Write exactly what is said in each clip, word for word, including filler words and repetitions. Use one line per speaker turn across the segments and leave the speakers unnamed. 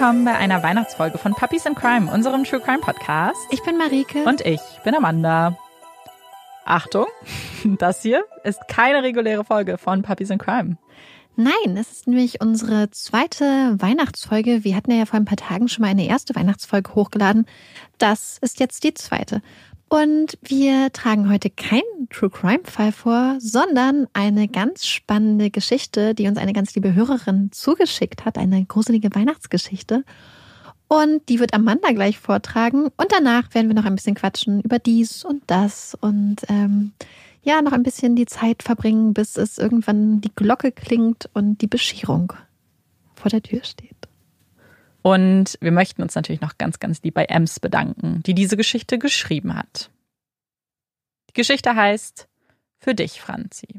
willkommen bei einer Weihnachtsfolge von Puppies in Crime, unserem True Crime Podcast.
Ich bin Marike.
Und ich bin Amanda. Achtung, das hier ist keine reguläre Folge von Puppies in Crime.
Nein, es ist nämlich unsere zweite Weihnachtsfolge. Wir hatten ja vor ein paar Tagen schon mal eine erste Weihnachtsfolge hochgeladen. Das ist jetzt die zweite. Und wir tragen heute keinen True-Crime-Fall vor, sondern eine ganz spannende Geschichte, die uns eine ganz liebe Hörerin zugeschickt hat. Eine gruselige Weihnachtsgeschichte. Und die wird Amanda gleich vortragen. Und danach werden wir noch ein bisschen quatschen über dies und das. Und ähm, ja, noch ein bisschen die Zeit verbringen, bis es irgendwann die Glocke klingt und die Bescherung vor der Tür steht.
Und wir möchten uns natürlich noch ganz, ganz lieb bei Ems bedanken, die diese Geschichte geschrieben hat. Die Geschichte heißt Für dich, Franzi.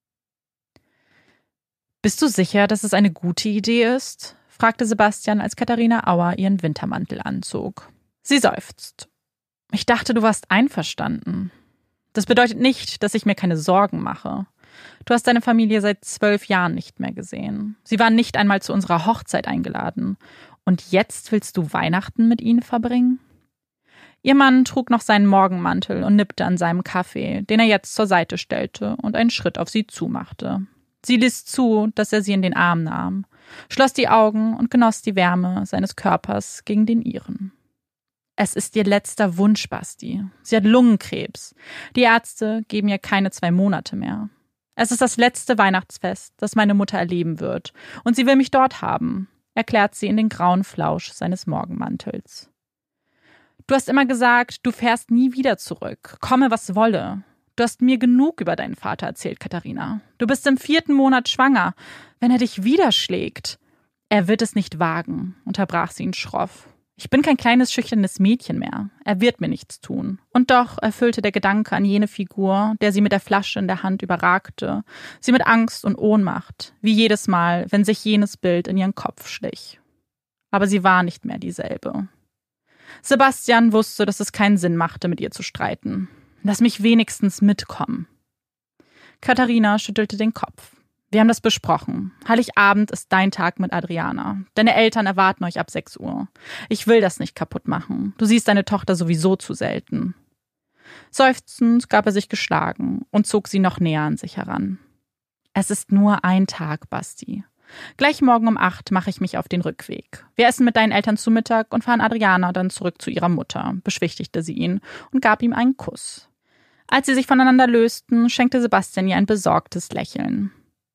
Bist du sicher, dass es eine gute Idee ist? Fragte Sebastian, als Katharina Auer ihren Wintermantel anzog. Sie seufzt. Ich dachte, du warst einverstanden. Das bedeutet nicht, dass ich mir keine Sorgen mache. Du hast deine Familie seit zwölf Jahren nicht mehr gesehen. Sie waren nicht einmal zu unserer Hochzeit eingeladen. Und jetzt willst du Weihnachten mit ihnen verbringen? Ihr Mann trug noch seinen Morgenmantel und nippte an seinem Kaffee, den er jetzt zur Seite stellte und einen Schritt auf sie zumachte. Sie ließ zu, dass er sie in den Arm nahm, schloss die Augen und genoss die Wärme seines Körpers gegen den ihren. Es ist ihr letzter Wunsch, Basti. Sie hat Lungenkrebs. Die Ärzte geben ihr keine zwei Monate mehr. Es ist das letzte Weihnachtsfest, das meine Mutter erleben wird, und sie will mich dort haben, erklärt sie in den grauen Flausch seines Morgenmantels. Du hast immer gesagt, du fährst nie wieder zurück, komme was wolle. Du hast mir genug über deinen Vater erzählt, Katharina. Du bist im vierten Monat schwanger. Wenn er dich wieder schlägt. Er wird es nicht wagen, unterbrach sie ihn schroff. Ich bin kein kleines, schüchternes Mädchen mehr. Er wird mir nichts tun. Und doch erfüllte der Gedanke an jene Figur, der sie mit der Flasche in der Hand überragte, sie mit Angst und Ohnmacht, wie jedes Mal, wenn sich jenes Bild in ihren Kopf schlich. Aber sie war nicht mehr dieselbe. Sebastian wusste, dass es keinen Sinn machte, mit ihr zu streiten. Lass mich wenigstens mitkommen. Katharina schüttelte den Kopf. Wir haben das besprochen. Heiligabend ist dein Tag mit Adriana. Deine Eltern erwarten euch ab sechs Uhr. Ich will das nicht kaputt machen. Du siehst deine Tochter sowieso zu selten. Seufzend gab er sich geschlagen und zog sie noch näher an sich heran. Es ist nur ein Tag, Basti. Gleich morgen um acht mache ich mich auf den Rückweg. Wir essen mit deinen Eltern zu Mittag und fahren Adriana dann zurück zu ihrer Mutter, beschwichtigte sie ihn und gab ihm einen Kuss. Als sie sich voneinander lösten, schenkte Sebastian ihr ein besorgtes Lächeln.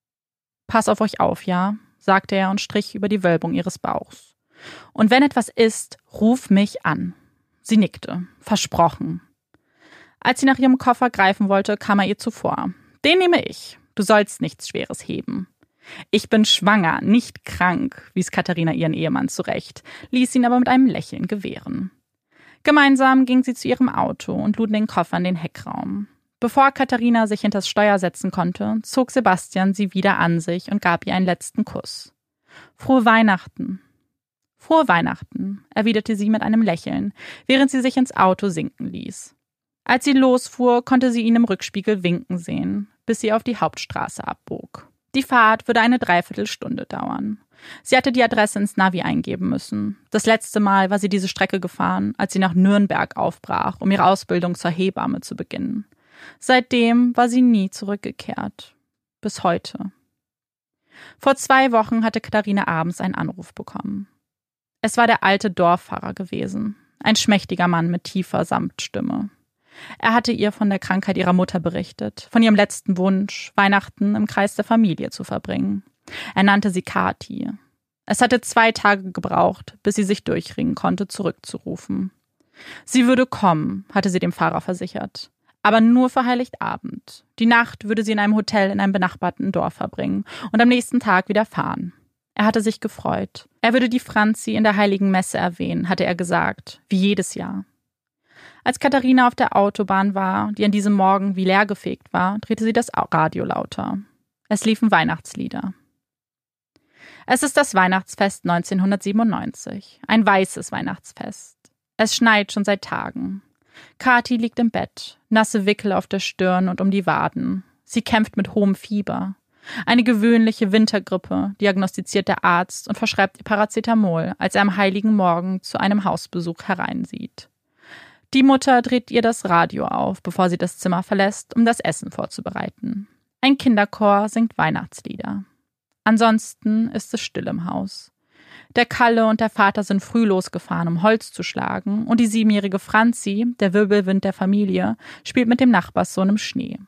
Pass auf euch auf, ja, sagte er und strich über die Wölbung ihres Bauchs. Und wenn etwas ist, ruf mich an. Sie nickte. Versprochen. Als sie nach ihrem Koffer greifen wollte, kam er ihr zuvor. Den nehme ich. Du sollst nichts Schweres heben. Ich bin schwanger, nicht krank, wies Katharina ihren Ehemann zurecht, ließ ihn aber mit einem Lächeln gewähren. Gemeinsam ging sie zu ihrem Auto und luden den Koffer in den Heckraum. Bevor Katharina sich hinters Steuer setzen konnte, zog Sebastian sie wieder an sich und gab ihr einen letzten Kuss. Frohe Weihnachten. Frohe Weihnachten, erwiderte sie mit einem Lächeln, während sie sich ins Auto sinken ließ. Als sie losfuhr, konnte sie ihn im Rückspiegel winken sehen, bis sie auf die Hauptstraße abbog. Die Fahrt würde eine Dreiviertelstunde dauern. Sie hatte die Adresse ins Navi eingeben müssen. Das letzte Mal war sie diese Strecke gefahren, als sie nach Nürnberg aufbrach, um ihre Ausbildung zur Hebamme zu beginnen. Seitdem war sie nie zurückgekehrt. Bis heute. Vor zwei Wochen hatte Katharina abends einen Anruf bekommen. Es war der alte Dorffahrer gewesen. Ein schmächtiger Mann mit tiefer Samtstimme. Er hatte ihr von der Krankheit ihrer Mutter berichtet, von ihrem letzten Wunsch, Weihnachten im Kreis der Familie zu verbringen. Er nannte sie Kathi. Es hatte zwei Tage gebraucht, bis sie sich durchringen konnte, zurückzurufen. Sie würde kommen, hatte sie dem Fahrer versichert. Aber nur für Heiligabend. Die Nacht würde sie in einem Hotel in einem benachbarten Dorf verbringen und am nächsten Tag wieder fahren. Er hatte sich gefreut. Er würde die Franzi in der Heiligen Messe erwähnen, hatte er gesagt, wie jedes Jahr. Als Katharina auf der Autobahn war, die an diesem Morgen wie leergefegt war, drehte sie das Radio lauter. Es liefen Weihnachtslieder. Es ist das Weihnachtsfest neunzehnhundertsiebenundneunzig. Ein weißes Weihnachtsfest. Es schneit schon seit Tagen. Kathi liegt im Bett, nasse Wickel auf der Stirn und um die Waden. Sie kämpft mit hohem Fieber. Eine gewöhnliche Wintergrippe, diagnostiziert der Arzt und verschreibt ihr Paracetamol, als er am heiligen Morgen zu einem Hausbesuch hereinsieht. Die Mutter dreht ihr das Radio auf, bevor sie das Zimmer verlässt, um das Essen vorzubereiten. Ein Kinderchor singt Weihnachtslieder. Ansonsten ist es still im Haus. Der Kalle und der Vater sind früh losgefahren, um Holz zu schlagen, und die siebenjährige Franzi, der Wirbelwind der Familie, spielt mit dem Nachbarssohn im Schnee.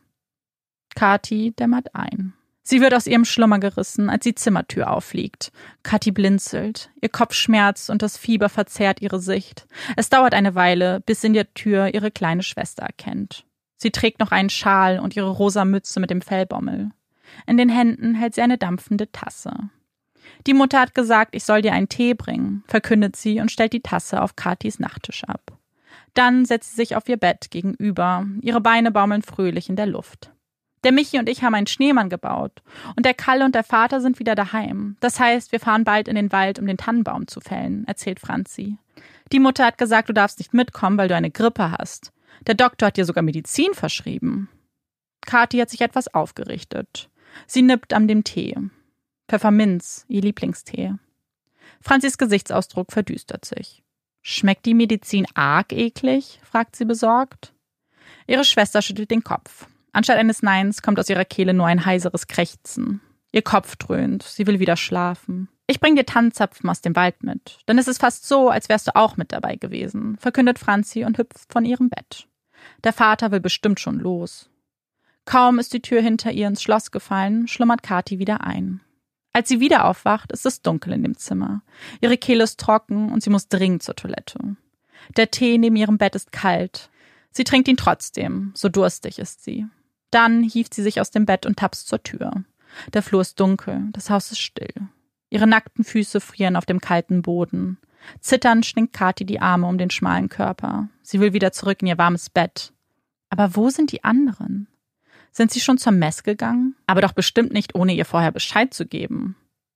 Kathi dämmert ein. Sie wird aus ihrem Schlummer gerissen, als die Zimmertür auffliegt. Kathi blinzelt. Ihr Kopf schmerzt und das Fieber verzerrt ihre Sicht. Es dauert eine Weile, bis sie in der Tür ihre kleine Schwester erkennt. Sie trägt noch einen Schal und ihre rosa Mütze mit dem Fellbommel. In den Händen hält sie eine dampfende Tasse. Die Mutter hat gesagt, ich soll dir einen Tee bringen, verkündet sie und stellt die Tasse auf Kathis Nachttisch ab. Dann setzt sie sich auf ihr Bett gegenüber. Ihre Beine baumeln fröhlich in der Luft. Der Michi und ich haben einen Schneemann gebaut. Und der Kalle und der Vater sind wieder daheim. Das heißt, wir fahren bald in den Wald, um den Tannenbaum zu fällen, erzählt Franzi. Die Mutter hat gesagt, du darfst nicht mitkommen, weil du eine Grippe hast. Der Doktor hat dir sogar Medizin verschrieben. Kathi hat sich etwas aufgerichtet. Sie nippt an dem Tee. Pfefferminz, ihr Lieblingstee. Franzis Gesichtsausdruck verdüstert sich. Schmeckt die Medizin arg eklig? Fragt sie besorgt. Ihre Schwester schüttelt den Kopf. Anstatt eines Neins kommt aus ihrer Kehle nur ein heiseres Krächzen. Ihr Kopf dröhnt, sie will wieder schlafen. Ich bring dir Tannenzapfen aus dem Wald mit, denn es ist fast so, als wärst du auch mit dabei gewesen, verkündet Franzi und hüpft von ihrem Bett. Der Vater will bestimmt schon los. Kaum ist die Tür hinter ihr ins Schloss gefallen, schlummert Kathi wieder ein. Als sie wieder aufwacht, ist es dunkel in dem Zimmer. Ihre Kehle ist trocken und sie muss dringend zur Toilette. Der Tee neben ihrem Bett ist kalt. Sie trinkt ihn trotzdem, so durstig ist sie. Dann hieft sie sich aus dem Bett und tapst zur Tür. Der Flur ist dunkel, das Haus ist still. Ihre nackten Füße frieren auf dem kalten Boden. Zitternd schlingt Kathi die Arme um den schmalen Körper. Sie will wieder zurück in ihr warmes Bett. Aber wo sind die anderen? Sind sie schon zur Mess gegangen? Aber doch bestimmt nicht, ohne ihr vorher Bescheid zu geben.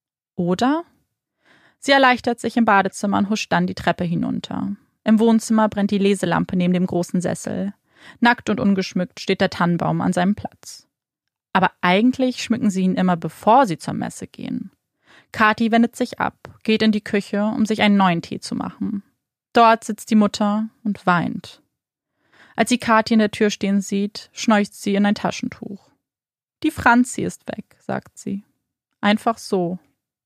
Oder? Sie erleichtert sich im Badezimmer und huscht dann die Treppe hinunter. Im Wohnzimmer brennt die Leselampe neben dem großen Sessel. Nackt und ungeschmückt steht der Tannenbaum an seinem Platz. Aber eigentlich schmücken sie ihn immer, bevor sie zur Messe gehen. Kathi wendet sich ab, geht in die Küche, um sich einen neuen Tee zu machen. Dort sitzt die Mutter und weint. Als sie Kathi in der Tür stehen sieht, schneucht sie in ein Taschentuch. Die Franzi ist weg, sagt sie. Einfach so.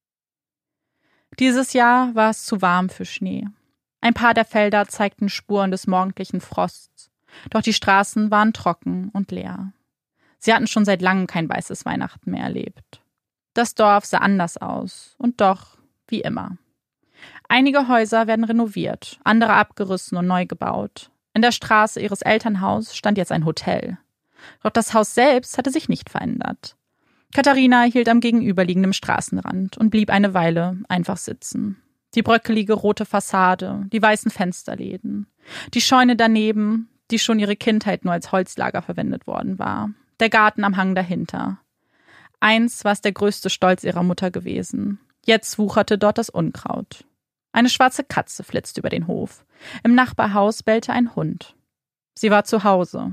Dieses Jahr war es zu warm für Schnee. Ein paar der Felder zeigten Spuren des morgendlichen Frosts. Doch die Straßen waren trocken und leer. Sie hatten schon seit langem kein weißes Weihnachten mehr erlebt. Das Dorf sah anders aus und doch wie immer. Einige Häuser werden renoviert, andere abgerissen und neu gebaut. In der Straße ihres Elternhauses stand jetzt ein Hotel. Doch das Haus selbst hatte sich nicht verändert. Katharina hielt am gegenüberliegenden Straßenrand und blieb eine Weile einfach sitzen. Die bröckelige rote Fassade, die weißen Fensterläden, die Scheune daneben, die schon ihre Kindheit nur als Holzlager verwendet worden war. Der Garten am Hang dahinter. Einst war es der größte Stolz ihrer Mutter gewesen. Jetzt wucherte dort das Unkraut. Eine schwarze Katze flitzte über den Hof. Im Nachbarhaus bellte ein Hund. Sie war zu Hause.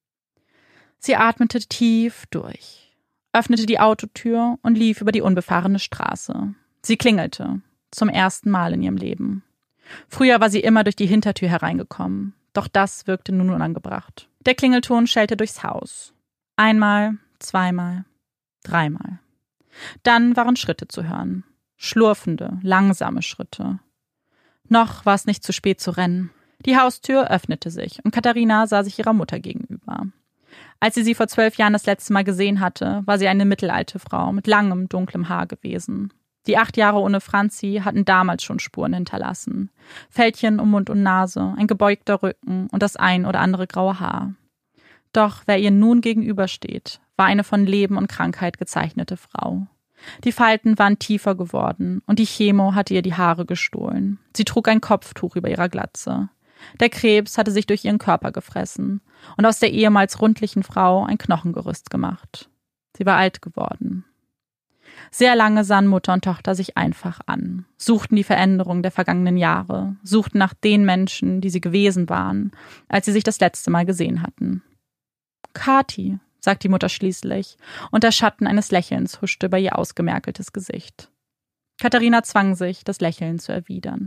Sie atmete tief durch, öffnete die Autotür und lief über die unbefahrene Straße. Sie klingelte, zum ersten Mal in ihrem Leben. Früher war sie immer durch die Hintertür hereingekommen. Doch das wirkte nun unangebracht. Der Klingelton schellte durchs Haus. Einmal, zweimal, dreimal. Dann waren Schritte zu hören. Schlurfende, langsame Schritte. Noch war es nicht zu spät zu rennen. Die Haustür öffnete sich und Katharina sah sich ihrer Mutter gegenüber. Als sie sie vor zwölf Jahren das letzte Mal gesehen hatte, war sie eine mittelalte Frau mit langem, dunklem Haar gewesen. Die acht Jahre ohne Franzi hatten damals schon Spuren hinterlassen. Fältchen um Mund und Nase, ein gebeugter Rücken und das ein oder andere graue Haar. Doch wer ihr nun gegenübersteht, war eine von Leben und Krankheit gezeichnete Frau. Die Falten waren tiefer geworden und die Chemo hatte ihr die Haare gestohlen. Sie trug ein Kopftuch über ihrer Glatze. Der Krebs hatte sich durch ihren Körper gefressen und aus der ehemals rundlichen Frau ein Knochengerüst gemacht. Sie war alt geworden. Sehr lange sahen Mutter und Tochter sich einfach an, suchten die Veränderung der vergangenen Jahre, suchten nach den Menschen, die sie gewesen waren, als sie sich das letzte Mal gesehen hatten. Kathi, sagt die Mutter schließlich, und der Schatten eines Lächelns huschte über ihr ausgemerkeltes Gesicht. Katharina zwang sich, das Lächeln zu erwidern.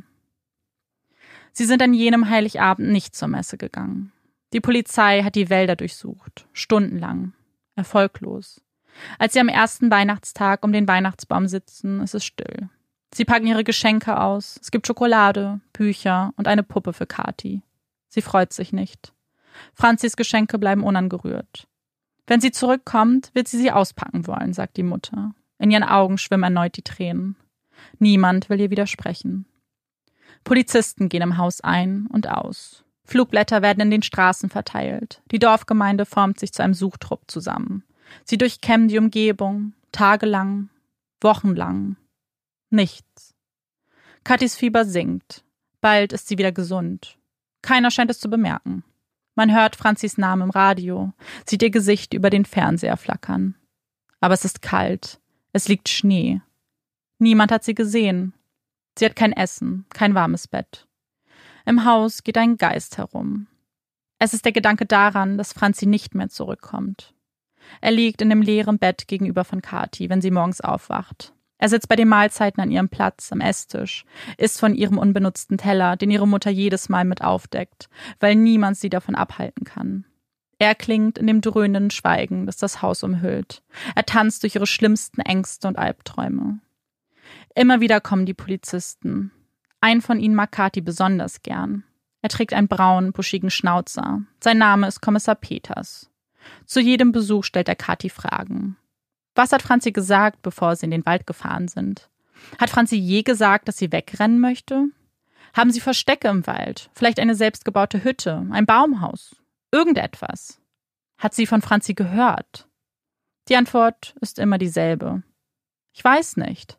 Sie sind an jenem Heiligabend nicht zur Messe gegangen. Die Polizei hat die Wälder durchsucht, stundenlang, erfolglos. Als sie am ersten Weihnachtstag um den Weihnachtsbaum sitzen, ist es still. Sie packen ihre Geschenke aus, es gibt Schokolade, Bücher und eine Puppe für Kathi. Sie freut sich nicht. Franzis Geschenke bleiben unangerührt. Wenn sie zurückkommt, wird sie sie auspacken wollen, sagt die Mutter. In ihren Augen schwimmen erneut die Tränen. Niemand will ihr widersprechen. Polizisten gehen im Haus ein und aus. Flugblätter werden in den Straßen verteilt. Die Dorfgemeinde formt sich zu einem Suchtrupp zusammen. Sie durchkämmen die Umgebung, tagelang, wochenlang. Nichts. Kathis Fieber sinkt. Bald ist sie wieder gesund. Keiner scheint es zu bemerken. Man hört Franzis Namen im Radio, sieht ihr Gesicht über den Fernseher flackern. Aber es ist kalt. Es liegt Schnee. Niemand hat sie gesehen. Sie hat kein Essen, kein warmes Bett. Im Haus geht ein Geist herum. Es ist der Gedanke daran, dass Franzi nicht mehr zurückkommt. Er liegt in dem leeren Bett gegenüber von Kathi, wenn sie morgens aufwacht. Er sitzt bei den Mahlzeiten an ihrem Platz am Esstisch, isst von ihrem unbenutzten Teller, den ihre Mutter jedes Mal mit aufdeckt, weil niemand sie davon abhalten kann. Er klingt in dem dröhnenden Schweigen, das das Haus umhüllt. Er tanzt durch ihre schlimmsten Ängste und Albträume. Immer wieder kommen die Polizisten. Einen von ihnen mag Kathi besonders gern. Er trägt einen braunen, buschigen Schnauzer. Sein Name ist Kommissar Peters. Zu jedem Besuch stellt er Kathi Fragen. Was hat Franzi gesagt, bevor sie in den Wald gefahren sind? Hat Franzi je gesagt, dass sie wegrennen möchte? Haben sie Verstecke im Wald? Vielleicht eine selbstgebaute Hütte, ein Baumhaus? Irgendetwas? Hat sie von Franzi gehört? Die Antwort ist immer dieselbe. Ich weiß nicht.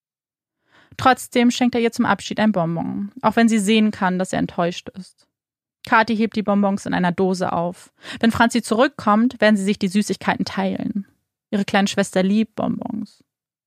Trotzdem schenkt er ihr zum Abschied ein Bonbon, auch wenn sie sehen kann, dass er enttäuscht ist. Kathi hebt die Bonbons in einer Dose auf. Wenn Franzi zurückkommt, werden sie sich die Süßigkeiten teilen. Ihre kleine Schwester liebt Bonbons.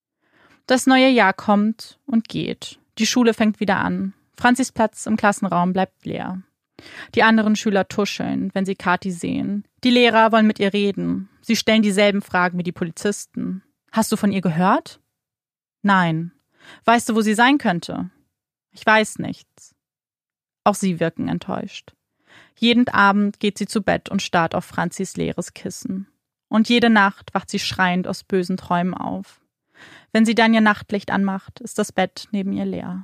Das neue Jahr kommt und geht. Die Schule fängt wieder an. Franzis Platz im Klassenraum bleibt leer. Die anderen Schüler tuscheln, wenn sie Kathi sehen. Die Lehrer wollen mit ihr reden. Sie stellen dieselben Fragen wie die Polizisten. Hast du von ihr gehört? Nein. Weißt du, wo sie sein könnte? Ich weiß nichts. Auch sie wirken enttäuscht. Jeden Abend geht sie zu Bett und starrt auf Franzis leeres Kissen. Und jede Nacht wacht sie schreiend aus bösen Träumen auf. Wenn sie dann ihr Nachtlicht anmacht, ist das Bett neben ihr leer.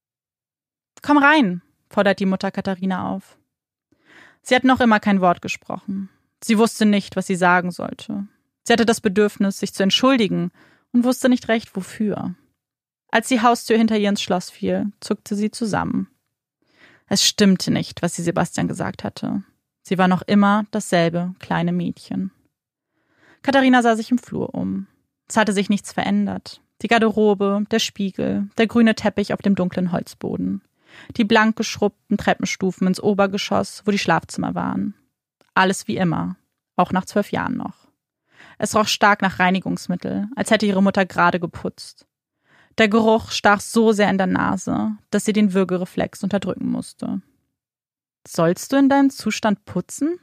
Komm rein, fordert die Mutter Katharina auf. Sie hat noch immer kein Wort gesprochen. Sie wusste nicht, was sie sagen sollte. Sie hatte das Bedürfnis, sich zu entschuldigen und wusste nicht recht, wofür. Als die Haustür hinter ihr ins Schloss fiel, zuckte sie zusammen. Es stimmte nicht, was sie Sebastian gesagt hatte. Sie war noch immer dasselbe kleine Mädchen. Katharina sah sich im Flur um. Es hatte sich nichts verändert. Die Garderobe, der Spiegel, der grüne Teppich auf dem dunklen Holzboden. Die blank geschrubbten Treppenstufen ins Obergeschoss, wo die Schlafzimmer waren. Alles wie immer, auch nach zwölf Jahren noch. Es roch stark nach Reinigungsmittel, als hätte ihre Mutter gerade geputzt. Der Geruch stach so sehr in der Nase, dass sie den Würgereflex unterdrücken musste. Sollst du in deinem Zustand putzen?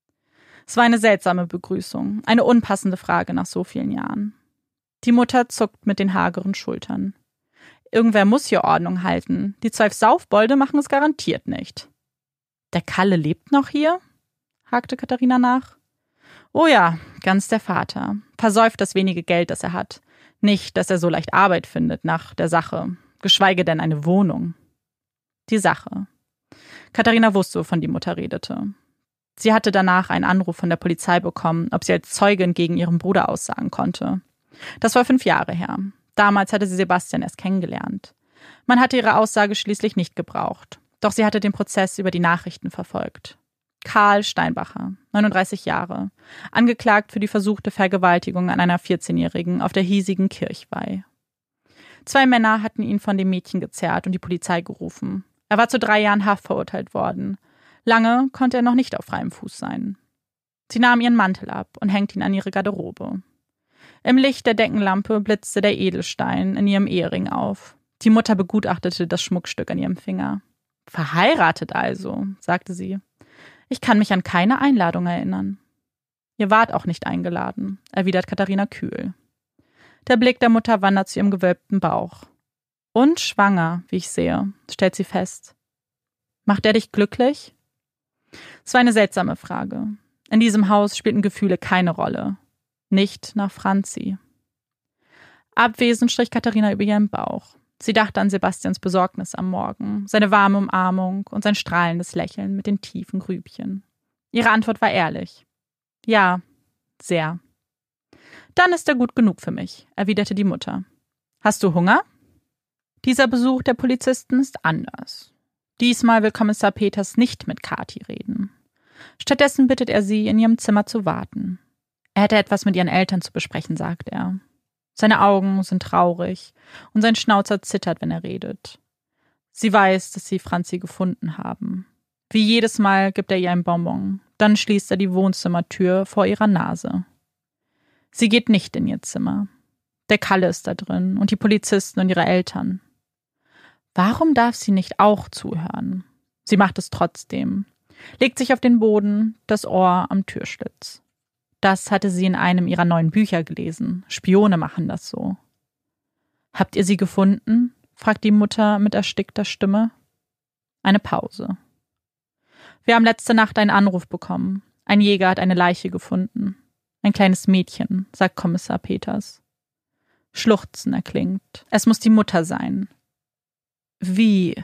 Es war eine seltsame Begrüßung, eine unpassende Frage nach so vielen Jahren. Die Mutter zuckt mit den hageren Schultern. Irgendwer muss hier Ordnung halten. Die zwölf Saufbolde machen es garantiert nicht. Der Kalle lebt noch hier? Hakte Katharina nach. Oh ja, ganz der Vater. Versäuft das wenige Geld, das er hat. Nicht, dass er so leicht Arbeit findet nach der Sache, geschweige denn eine Wohnung. Die Sache. Katharina wusste, wovon die Mutter redete. Sie hatte danach einen Anruf von der Polizei bekommen, ob sie als Zeugin gegen ihren Bruder aussagen konnte. Das war fünf Jahre her. Damals hatte sie Sebastian erst kennengelernt. Man hatte ihre Aussage schließlich nicht gebraucht. Doch sie hatte den Prozess über die Nachrichten verfolgt. Karl Steinbacher, neununddreißig Jahre, angeklagt für die versuchte Vergewaltigung an einer vierzehnjährigen auf der hiesigen Kirchweih. Zwei Männer hatten ihn von dem Mädchen gezerrt und die Polizei gerufen. Er war zu drei Jahren Haft verurteilt worden. Lange konnte er noch nicht auf freiem Fuß sein. Sie nahm ihren Mantel ab und hängte ihn an ihre Garderobe. Im Licht der Deckenlampe blitzte der Edelstein in ihrem Ehering auf. Die Mutter begutachtete das Schmuckstück an ihrem Finger. Verheiratet also, sagte sie. Ich kann mich an keine Einladung erinnern. Ihr wart auch nicht eingeladen, erwidert Katharina kühl. Der Blick der Mutter wandert zu ihrem gewölbten Bauch. Und schwanger, wie ich sehe, stellt sie fest. Macht er dich glücklich? Es war eine seltsame Frage. In diesem Haus spielten Gefühle keine Rolle. Nicht nach Franzi. Abwesend strich Katharina über ihren Bauch. Sie dachte an Sebastians Besorgnis am Morgen, seine warme Umarmung und sein strahlendes Lächeln mit den tiefen Grübchen. Ihre Antwort war ehrlich. Ja, sehr. Dann ist er gut genug für mich, erwiderte die Mutter. Hast du Hunger? Dieser Besuch der Polizisten ist anders. Diesmal will Kommissar Peters nicht mit Kathi reden. Stattdessen bittet er sie, in ihrem Zimmer zu warten. Er hätte etwas mit ihren Eltern zu besprechen, sagt er. Seine Augen sind traurig und sein Schnauzer zittert, wenn er redet. Sie weiß, dass sie Franzi gefunden haben. Wie jedes Mal gibt er ihr ein Bonbon, dann schließt er die Wohnzimmertür vor ihrer Nase. Sie geht nicht in ihr Zimmer. Der Kalle ist da drin und die Polizisten und ihre Eltern. Warum darf sie nicht auch zuhören? Sie macht es trotzdem, legt sich auf den Boden, das Ohr am Türschlitz. Das hatte sie in einem ihrer neuen Bücher gelesen. Spione machen das so. Habt ihr sie gefunden? Fragt die Mutter mit erstickter Stimme. Eine Pause. Wir haben letzte Nacht einen Anruf bekommen. Ein Jäger hat eine Leiche gefunden. Ein kleines Mädchen, sagt Kommissar Peters. Schluchzen erklingt. Es muss die Mutter sein. Wie?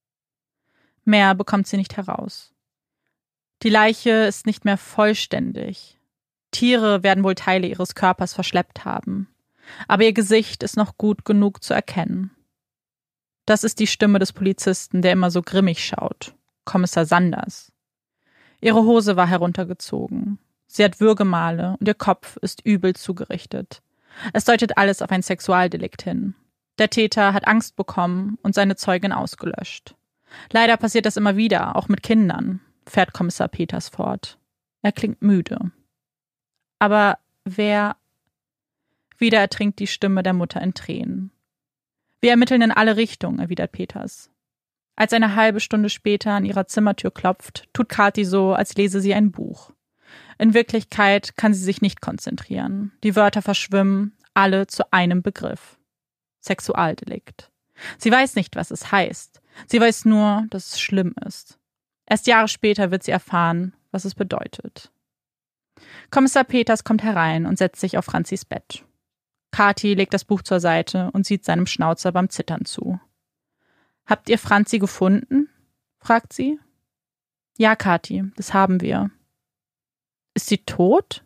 Mehr bekommt sie nicht heraus. Die Leiche ist nicht mehr vollständig. Tiere werden wohl Teile ihres Körpers verschleppt haben. Aber ihr Gesicht ist noch gut genug zu erkennen. Das ist die Stimme des Polizisten, der immer so grimmig schaut. Kommissar Sanders. Ihre Hose war heruntergezogen. Sie hat Würgemale und ihr Kopf ist übel zugerichtet. Es deutet alles auf ein Sexualdelikt hin. Der Täter hat Angst bekommen und seine Zeugin ausgelöscht. Leider passiert das immer wieder, auch mit Kindern, fährt Kommissar Peters fort. Er klingt müde. Aber wer... Wieder ertrinkt die Stimme der Mutter in Tränen. Wir ermitteln in alle Richtungen, erwidert Peters. Als eine halbe Stunde später an ihrer Zimmertür klopft, tut Kathi so, als lese sie ein Buch. In Wirklichkeit kann sie sich nicht konzentrieren. Die Wörter verschwimmen, alle zu einem Begriff. Sexualdelikt. Sie weiß nicht, was es heißt. Sie weiß nur, dass es schlimm ist. Erst Jahre später wird sie erfahren, was es bedeutet. Kommissar Peters kommt herein und setzt sich auf Franzis Bett. Kathi legt das Buch zur Seite und sieht seinem Schnauzer beim Zittern zu. »Habt ihr Franzi gefunden?« fragt sie. »Ja, Kathi, das haben wir.« »Ist sie tot?«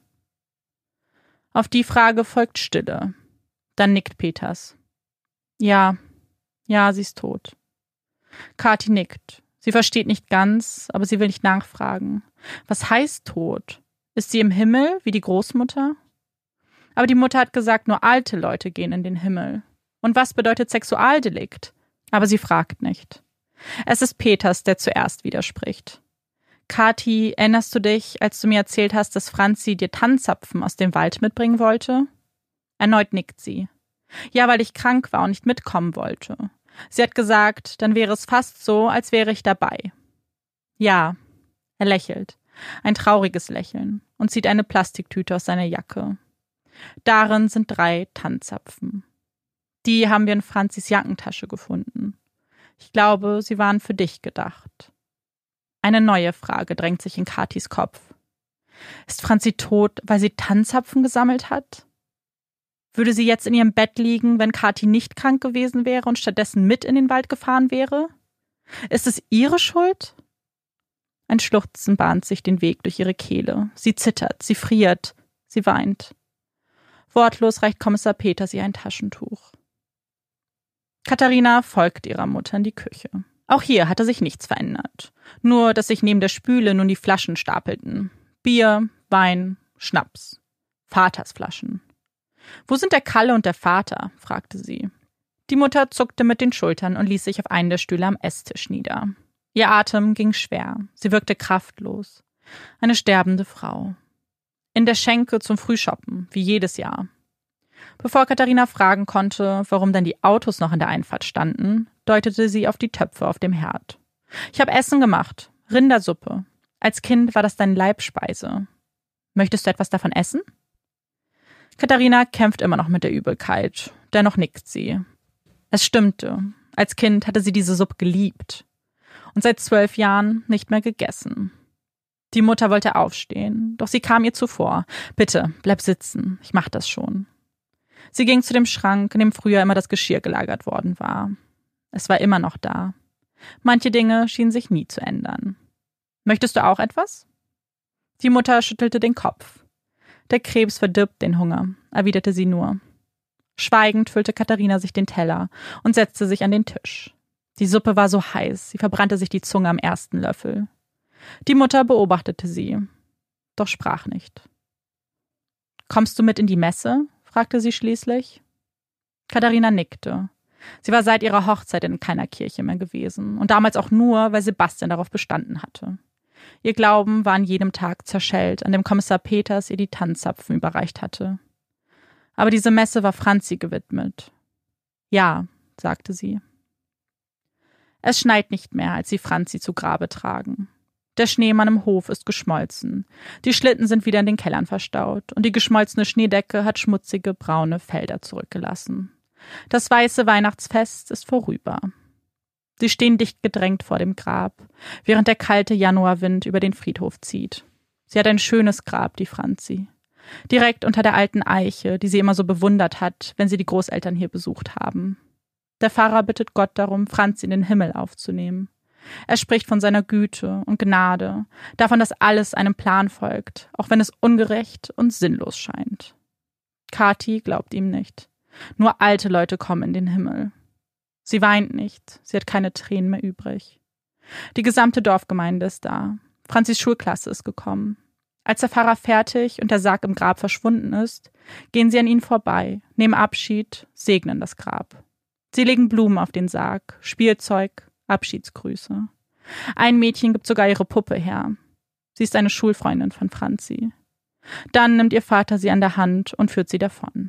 Auf die Frage folgt Stille. Dann nickt Peters. »Ja, ja, sie ist tot.« Kathi nickt. Sie versteht nicht ganz, aber sie will nicht nachfragen. Was heißt tot? Ist sie im Himmel, wie die Großmutter? Aber die Mutter hat gesagt, nur alte Leute gehen in den Himmel. Und was bedeutet Sexualdelikt? Aber sie fragt nicht. Es ist Peters, der zuerst widerspricht. Kathi, erinnerst du dich, als du mir erzählt hast, dass Franzi dir Tannenzapfen aus dem Wald mitbringen wollte? Erneut nickt sie. Ja, weil ich krank war und nicht mitkommen wollte. Sie hat gesagt, dann wäre es fast so, als wäre ich dabei. Ja, er lächelt. Ein trauriges Lächeln und zieht eine Plastiktüte aus seiner Jacke. Darin sind drei Tannenzapfen. Die haben wir in Franzis Jackentasche gefunden. Ich glaube, sie waren für dich gedacht. Eine neue Frage drängt sich in Kathis Kopf. Ist Franzi tot, weil sie Tannenzapfen gesammelt hat? Würde sie jetzt in ihrem Bett liegen, wenn Kathi nicht krank gewesen wäre und stattdessen mit in den Wald gefahren wäre? Ist es ihre Schuld? Ein Schluchzen bahnt sich den Weg durch ihre Kehle. Sie zittert, sie friert, sie weint. Wortlos reicht Kommissar Peters ihr ein Taschentuch. Katharina folgt ihrer Mutter in die Küche. Auch hier hatte sich nichts verändert. Nur, dass sich neben der Spüle nun die Flaschen stapelten. Bier, Wein, Schnaps. Vaters Flaschen. »Wo sind der Kalle und der Vater?« fragte sie. Die Mutter zuckte mit den Schultern und ließ sich auf einen der Stühle am Esstisch nieder. Ihr Atem ging schwer. Sie wirkte kraftlos. Eine sterbende Frau. In der Schenke zum Frühshoppen, wie jedes Jahr. Bevor Katharina fragen konnte, warum denn die Autos noch in der Einfahrt standen, deutete sie auf die Töpfe auf dem Herd. »Ich habe Essen gemacht. Rindersuppe. Als Kind war das deine Leibspeise.« Möchtest du etwas davon essen? Katharina kämpft immer noch mit der Übelkeit. Dennoch nickt sie. Es stimmte. Als Kind hatte sie diese Suppe geliebt. Und seit zwölf Jahren nicht mehr gegessen. Die Mutter wollte aufstehen, doch sie kam ihr zuvor. Bitte, bleib sitzen, ich mach das schon. Sie ging zu dem Schrank, in dem früher immer das Geschirr gelagert worden war. Es war immer noch da. Manche Dinge schienen sich nie zu ändern. Möchtest du auch etwas? Die Mutter schüttelte den Kopf. Der Krebs verdirbt den Hunger, erwiderte sie nur. Schweigend füllte Katharina sich den Teller und setzte sich an den Tisch. Die Suppe war so heiß, sie verbrannte sich die Zunge am ersten Löffel. Die Mutter beobachtete sie, doch sprach nicht. »Kommst du mit in die Messe?« fragte sie schließlich. Katharina nickte. Sie war seit ihrer Hochzeit in keiner Kirche mehr gewesen und damals auch nur, weil Sebastian darauf bestanden hatte. Ihr Glauben war an jedem Tag zerschellt, an dem Kommissar Peters ihr die Tannenzapfen überreicht hatte. Aber diese Messe war Franzi gewidmet. »Ja«, sagte sie. Es schneit nicht mehr, als sie Franzi zu Grabe tragen. Der Schneemann im Hof ist geschmolzen. Die Schlitten sind wieder in den Kellern verstaut und die geschmolzene Schneedecke hat schmutzige, braune Felder zurückgelassen. Das weiße Weihnachtsfest ist vorüber. Sie stehen dicht gedrängt vor dem Grab, während der kalte Januarwind über den Friedhof zieht. Sie hat ein schönes Grab, die Franzi. Direkt unter der alten Eiche, die sie immer so bewundert hat, wenn sie die Großeltern hier besucht haben. Der Pfarrer bittet Gott darum, Franzi in den Himmel aufzunehmen. Er spricht von seiner Güte und Gnade, davon, dass alles einem Plan folgt, auch wenn es ungerecht und sinnlos scheint. Kathi glaubt ihm nicht. Nur alte Leute kommen in den Himmel. Sie weint nicht, sie hat keine Tränen mehr übrig. Die gesamte Dorfgemeinde ist da. Franzis Schulklasse ist gekommen. Als der Pfarrer fertig und der Sarg im Grab verschwunden ist, gehen sie an ihnen vorbei, nehmen Abschied, segnen das Grab. Sie legen Blumen auf den Sarg, Spielzeug, Abschiedsgrüße. Ein Mädchen gibt sogar ihre Puppe her. Sie ist eine Schulfreundin von Franzi. Dann nimmt ihr Vater sie an der Hand und führt sie davon.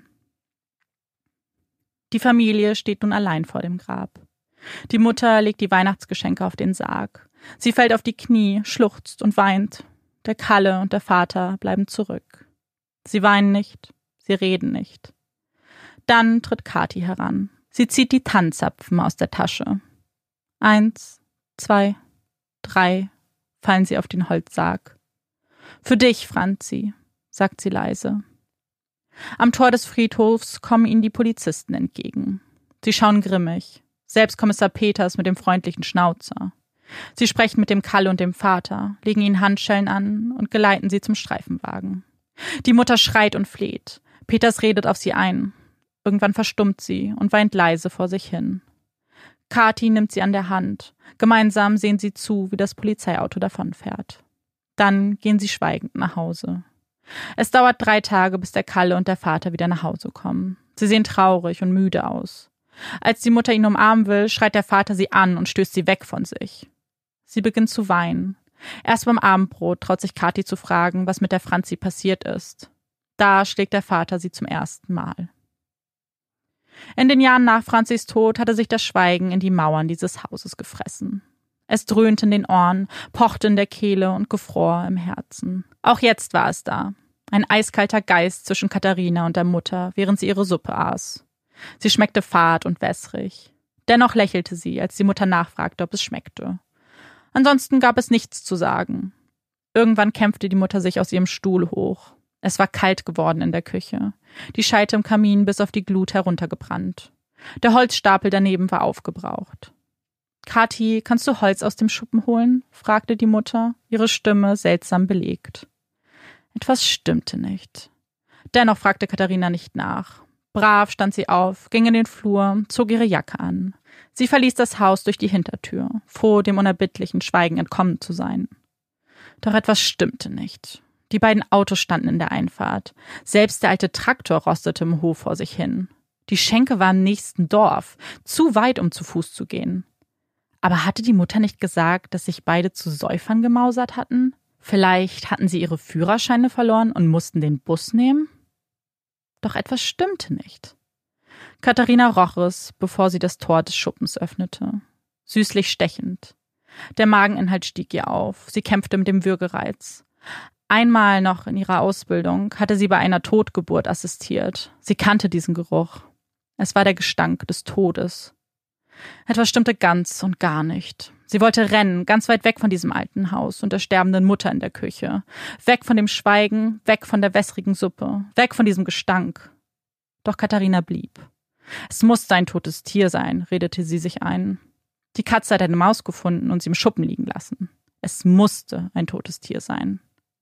Die Familie steht nun allein vor dem Grab. Die Mutter legt die Weihnachtsgeschenke auf den Sarg. Sie fällt auf die Knie, schluchzt und weint. Der Kalle und der Vater bleiben zurück. Sie weinen nicht, sie reden nicht. Dann tritt Kathi heran. Sie zieht die Tannenzapfen aus der Tasche. Eins, zwei, drei fallen sie auf den Holzsarg. Für dich, Franzi, sagt sie leise. Am Tor des Friedhofs kommen ihnen die Polizisten entgegen. Sie schauen grimmig. Selbst Kommissar Peters mit dem freundlichen Schnauzer. Sie sprechen mit dem Kalle und dem Vater, legen ihnen Handschellen an und geleiten sie zum Streifenwagen. Die Mutter schreit und fleht. Peters redet auf sie ein. Irgendwann verstummt sie und weint leise vor sich hin. Kathi nimmt sie an der Hand. Gemeinsam sehen sie zu, wie das Polizeiauto davonfährt. Dann gehen sie schweigend nach Hause. Es dauert drei Tage, bis der Kalle und der Vater wieder nach Hause kommen. Sie sehen traurig und müde aus. Als die Mutter ihn umarmen will, schreit der Vater sie an und stößt sie weg von sich. Sie beginnt zu weinen. Erst beim Abendbrot traut sich Kathi zu fragen, was mit der Franzi passiert ist. Da schlägt der Vater sie zum ersten Mal. In den Jahren nach Franzis Tod hatte sich das Schweigen in die Mauern dieses Hauses gefressen. Es dröhnte in den Ohren, pochte in der Kehle und gefror im Herzen. Auch jetzt war es da. Ein eiskalter Geist zwischen Katharina und der Mutter, während sie ihre Suppe aß. Sie schmeckte fad und wässrig. Dennoch lächelte sie, als die Mutter nachfragte, ob es schmeckte. Ansonsten gab es nichts zu sagen. Irgendwann kämpfte die Mutter sich aus ihrem Stuhl hoch. Es war kalt geworden in der Küche. Die Scheite im Kamin bis auf die Glut heruntergebrannt. Der Holzstapel daneben war aufgebraucht. »Kathi, kannst du Holz aus dem Schuppen holen?« fragte die Mutter, ihre Stimme seltsam belegt. Etwas stimmte nicht. Dennoch fragte Katharina nicht nach. Brav stand sie auf, ging in den Flur, zog ihre Jacke an. Sie verließ das Haus durch die Hintertür, froh, dem unerbittlichen Schweigen entkommen zu sein. Doch etwas stimmte nicht. Die beiden Autos standen in der Einfahrt. Selbst der alte Traktor rostete im Hof vor sich hin. Die Schenke war im nächsten Dorf, zu weit, um zu Fuß zu gehen. Aber hatte die Mutter nicht gesagt, dass sich beide zu Säufern gemausert hatten? Vielleicht hatten sie ihre Führerscheine verloren und mussten den Bus nehmen? Doch etwas stimmte nicht. Katharina roch es, bevor sie das Tor des Schuppens öffnete. Süßlich stechend. Der Mageninhalt stieg ihr auf. Sie kämpfte mit dem Würgereiz. Einmal noch in ihrer Ausbildung hatte sie bei einer Totgeburt assistiert. Sie kannte diesen Geruch. Es war der Gestank des Todes. Etwas stimmte ganz und gar nicht. Sie wollte rennen, ganz weit weg von diesem alten Haus und der sterbenden Mutter in der Küche. Weg von dem Schweigen, weg von der wässrigen Suppe, weg von diesem Gestank. Doch Katharina blieb. Es musste ein totes Tier sein, redete sie sich ein. Die Katze hat eine Maus gefunden und sie im Schuppen liegen lassen. Es musste ein totes Tier sein.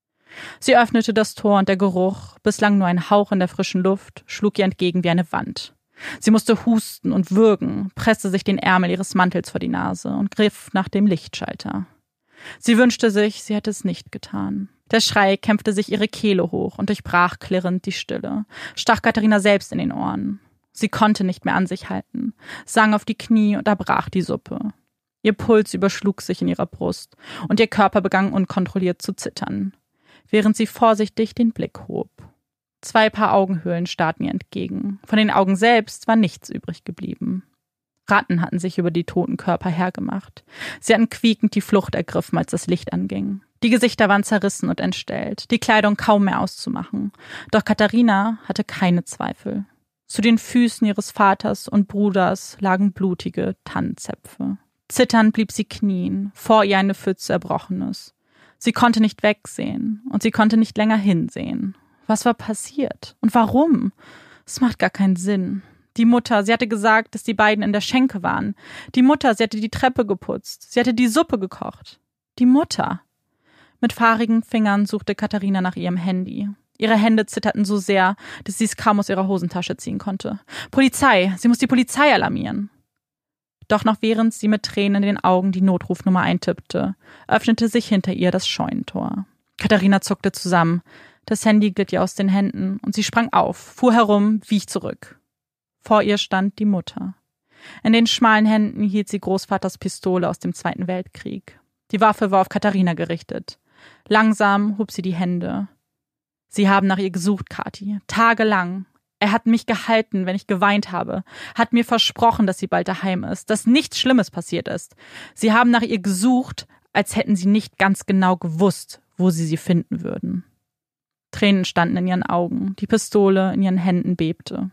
Sie öffnete das Tor und der Geruch, bislang nur ein Hauch in der frischen Luft, schlug ihr entgegen wie eine Wand. Sie musste husten und würgen, presste sich den Ärmel ihres Mantels vor die Nase und griff nach dem Lichtschalter. Sie wünschte sich, sie hätte es nicht getan. Der Schrei kämpfte sich ihre Kehle hoch und durchbrach klirrend die Stille, stach Katharina selbst in den Ohren. Sie konnte nicht mehr an sich halten, sank auf die Knie und erbrach die Suppe. Ihr Puls überschlug sich in ihrer Brust und ihr Körper begann unkontrolliert zu zittern, während sie vorsichtig den Blick hob. Zwei Paar Augenhöhlen starrten ihr entgegen. Von den Augen selbst war nichts übrig geblieben. Ratten hatten sich über die toten Körper hergemacht. Sie hatten quiekend die Flucht ergriffen, als das Licht anging. Die Gesichter waren zerrissen und entstellt, die Kleidung kaum mehr auszumachen. Doch Katharina hatte keine Zweifel. Zu den Füßen ihres Vaters und Bruders lagen blutige Tannenzäpfe. Zitternd blieb sie knien, vor ihr eine Pfütze Erbrochenes. Sie konnte nicht wegsehen und sie konnte nicht länger hinsehen. Was war passiert? Und warum? Es macht gar keinen Sinn. Die Mutter, sie hatte gesagt, dass die beiden in der Schenke waren. Die Mutter, sie hatte die Treppe geputzt. Sie hatte die Suppe gekocht. Die Mutter. Mit fahrigen Fingern suchte Katharina nach ihrem Handy. Ihre Hände zitterten so sehr, dass sie es kaum aus ihrer Hosentasche ziehen konnte. Polizei! Sie muss die Polizei alarmieren! Doch noch während sie mit Tränen in den Augen die Notrufnummer eintippte, öffnete sich hinter ihr das Scheunentor. Katharina zuckte zusammen. Das Handy glitt ihr aus den Händen und sie sprang auf, fuhr herum, wich zurück. Vor ihr stand die Mutter. In den schmalen Händen hielt sie Großvaters Pistole aus dem Zweiten Weltkrieg. Die Waffe war auf Katharina gerichtet. Langsam hob sie die Hände. Sie haben nach ihr gesucht, Kathi, tagelang. Er hat mich gehalten, wenn ich geweint habe, hat mir versprochen, dass sie bald daheim ist, dass nichts Schlimmes passiert ist. Sie haben nach ihr gesucht, als hätten sie nicht ganz genau gewusst, wo sie sie finden würden. Tränen standen in ihren Augen, die Pistole in ihren Händen bebte.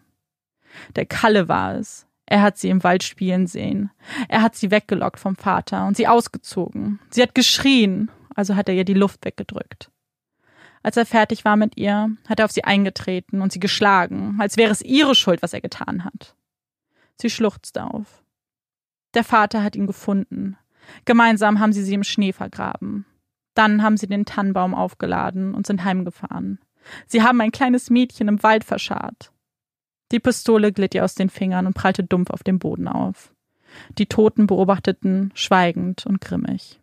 Der Kalle war es. Er hat sie im Wald spielen sehen. Er hat sie weggelockt vom Vater und sie ausgezogen. Sie hat geschrien, also hat er ihr die Luft weggedrückt. Als er fertig war mit ihr, hat er auf sie eingetreten und sie geschlagen, als wäre es ihre Schuld, was er getan hat. Sie schluchzte auf. Der Vater hat ihn gefunden. Gemeinsam haben sie sie im Schnee vergraben. Dann haben sie den Tannenbaum aufgeladen und sind heimgefahren. Sie haben ein kleines Mädchen im Wald verscharrt. Die Pistole glitt ihr aus den Fingern und prallte dumpf auf dem Boden auf. Die Toten beobachteten, schweigend und grimmig.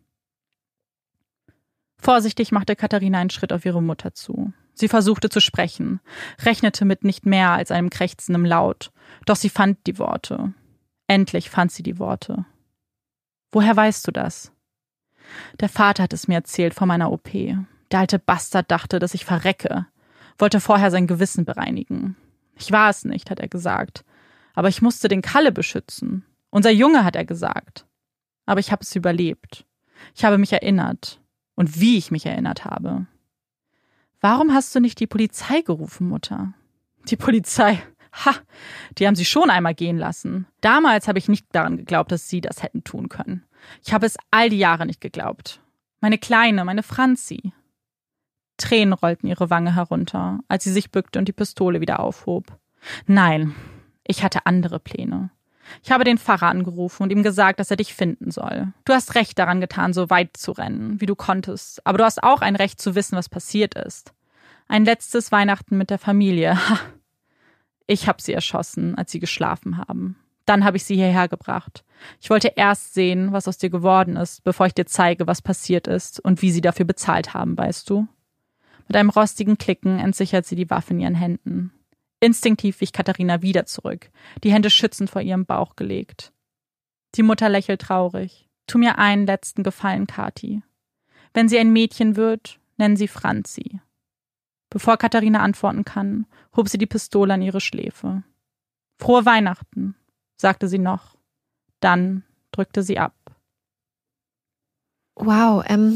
Vorsichtig machte Katharina einen Schritt auf ihre Mutter zu. Sie versuchte zu sprechen, rechnete mit nicht mehr als einem krächzenden Laut, doch sie fand die Worte. Endlich fand sie die Worte. »Woher weißt du das?« »Der Vater hat es mir erzählt vor meiner O P. Der alte Bastard dachte, dass ich verrecke, wollte vorher sein Gewissen bereinigen. Ich war es nicht, hat er gesagt. Aber ich musste den Kalle beschützen. Unser Junge, hat er gesagt. Aber ich habe es überlebt. Ich habe mich erinnert. Und wie ich mich erinnert habe. Warum hast du nicht die Polizei gerufen, Mutter?« »Die Polizei? Ha, die haben sie schon einmal gehen lassen. Damals habe ich nicht daran geglaubt, dass sie das hätten tun können. Ich habe es all die Jahre nicht geglaubt. Meine Kleine, meine Franzi.« Tränen rollten ihre Wange herunter, als sie sich bückte und die Pistole wieder aufhob. »Nein, ich hatte andere Pläne. Ich habe den Pfarrer angerufen und ihm gesagt, dass er dich finden soll. Du hast recht daran getan, so weit zu rennen, wie du konntest. Aber du hast auch ein Recht zu wissen, was passiert ist. Ein letztes Weihnachten mit der Familie. Ha! Ich habe sie erschossen, als sie geschlafen haben. Dann habe ich sie hierher gebracht. Ich wollte erst sehen, was aus dir geworden ist, bevor ich dir zeige, was passiert ist und wie sie dafür bezahlt haben, weißt du?« Mit einem rostigen Klicken entsichert sie die Waffe in ihren Händen. Instinktiv wich Katharina wieder zurück, die Hände schützend vor ihrem Bauch gelegt. Die Mutter lächelt traurig. »Tu mir einen letzten Gefallen, Kathi. Wenn sie ein Mädchen wird, nennen sie Franzi.« Bevor Katharina antworten kann, hob sie die Pistole an ihre Schläfe. »Frohe Weihnachten«, sagte sie noch. Dann drückte sie ab.
Wow, ähm,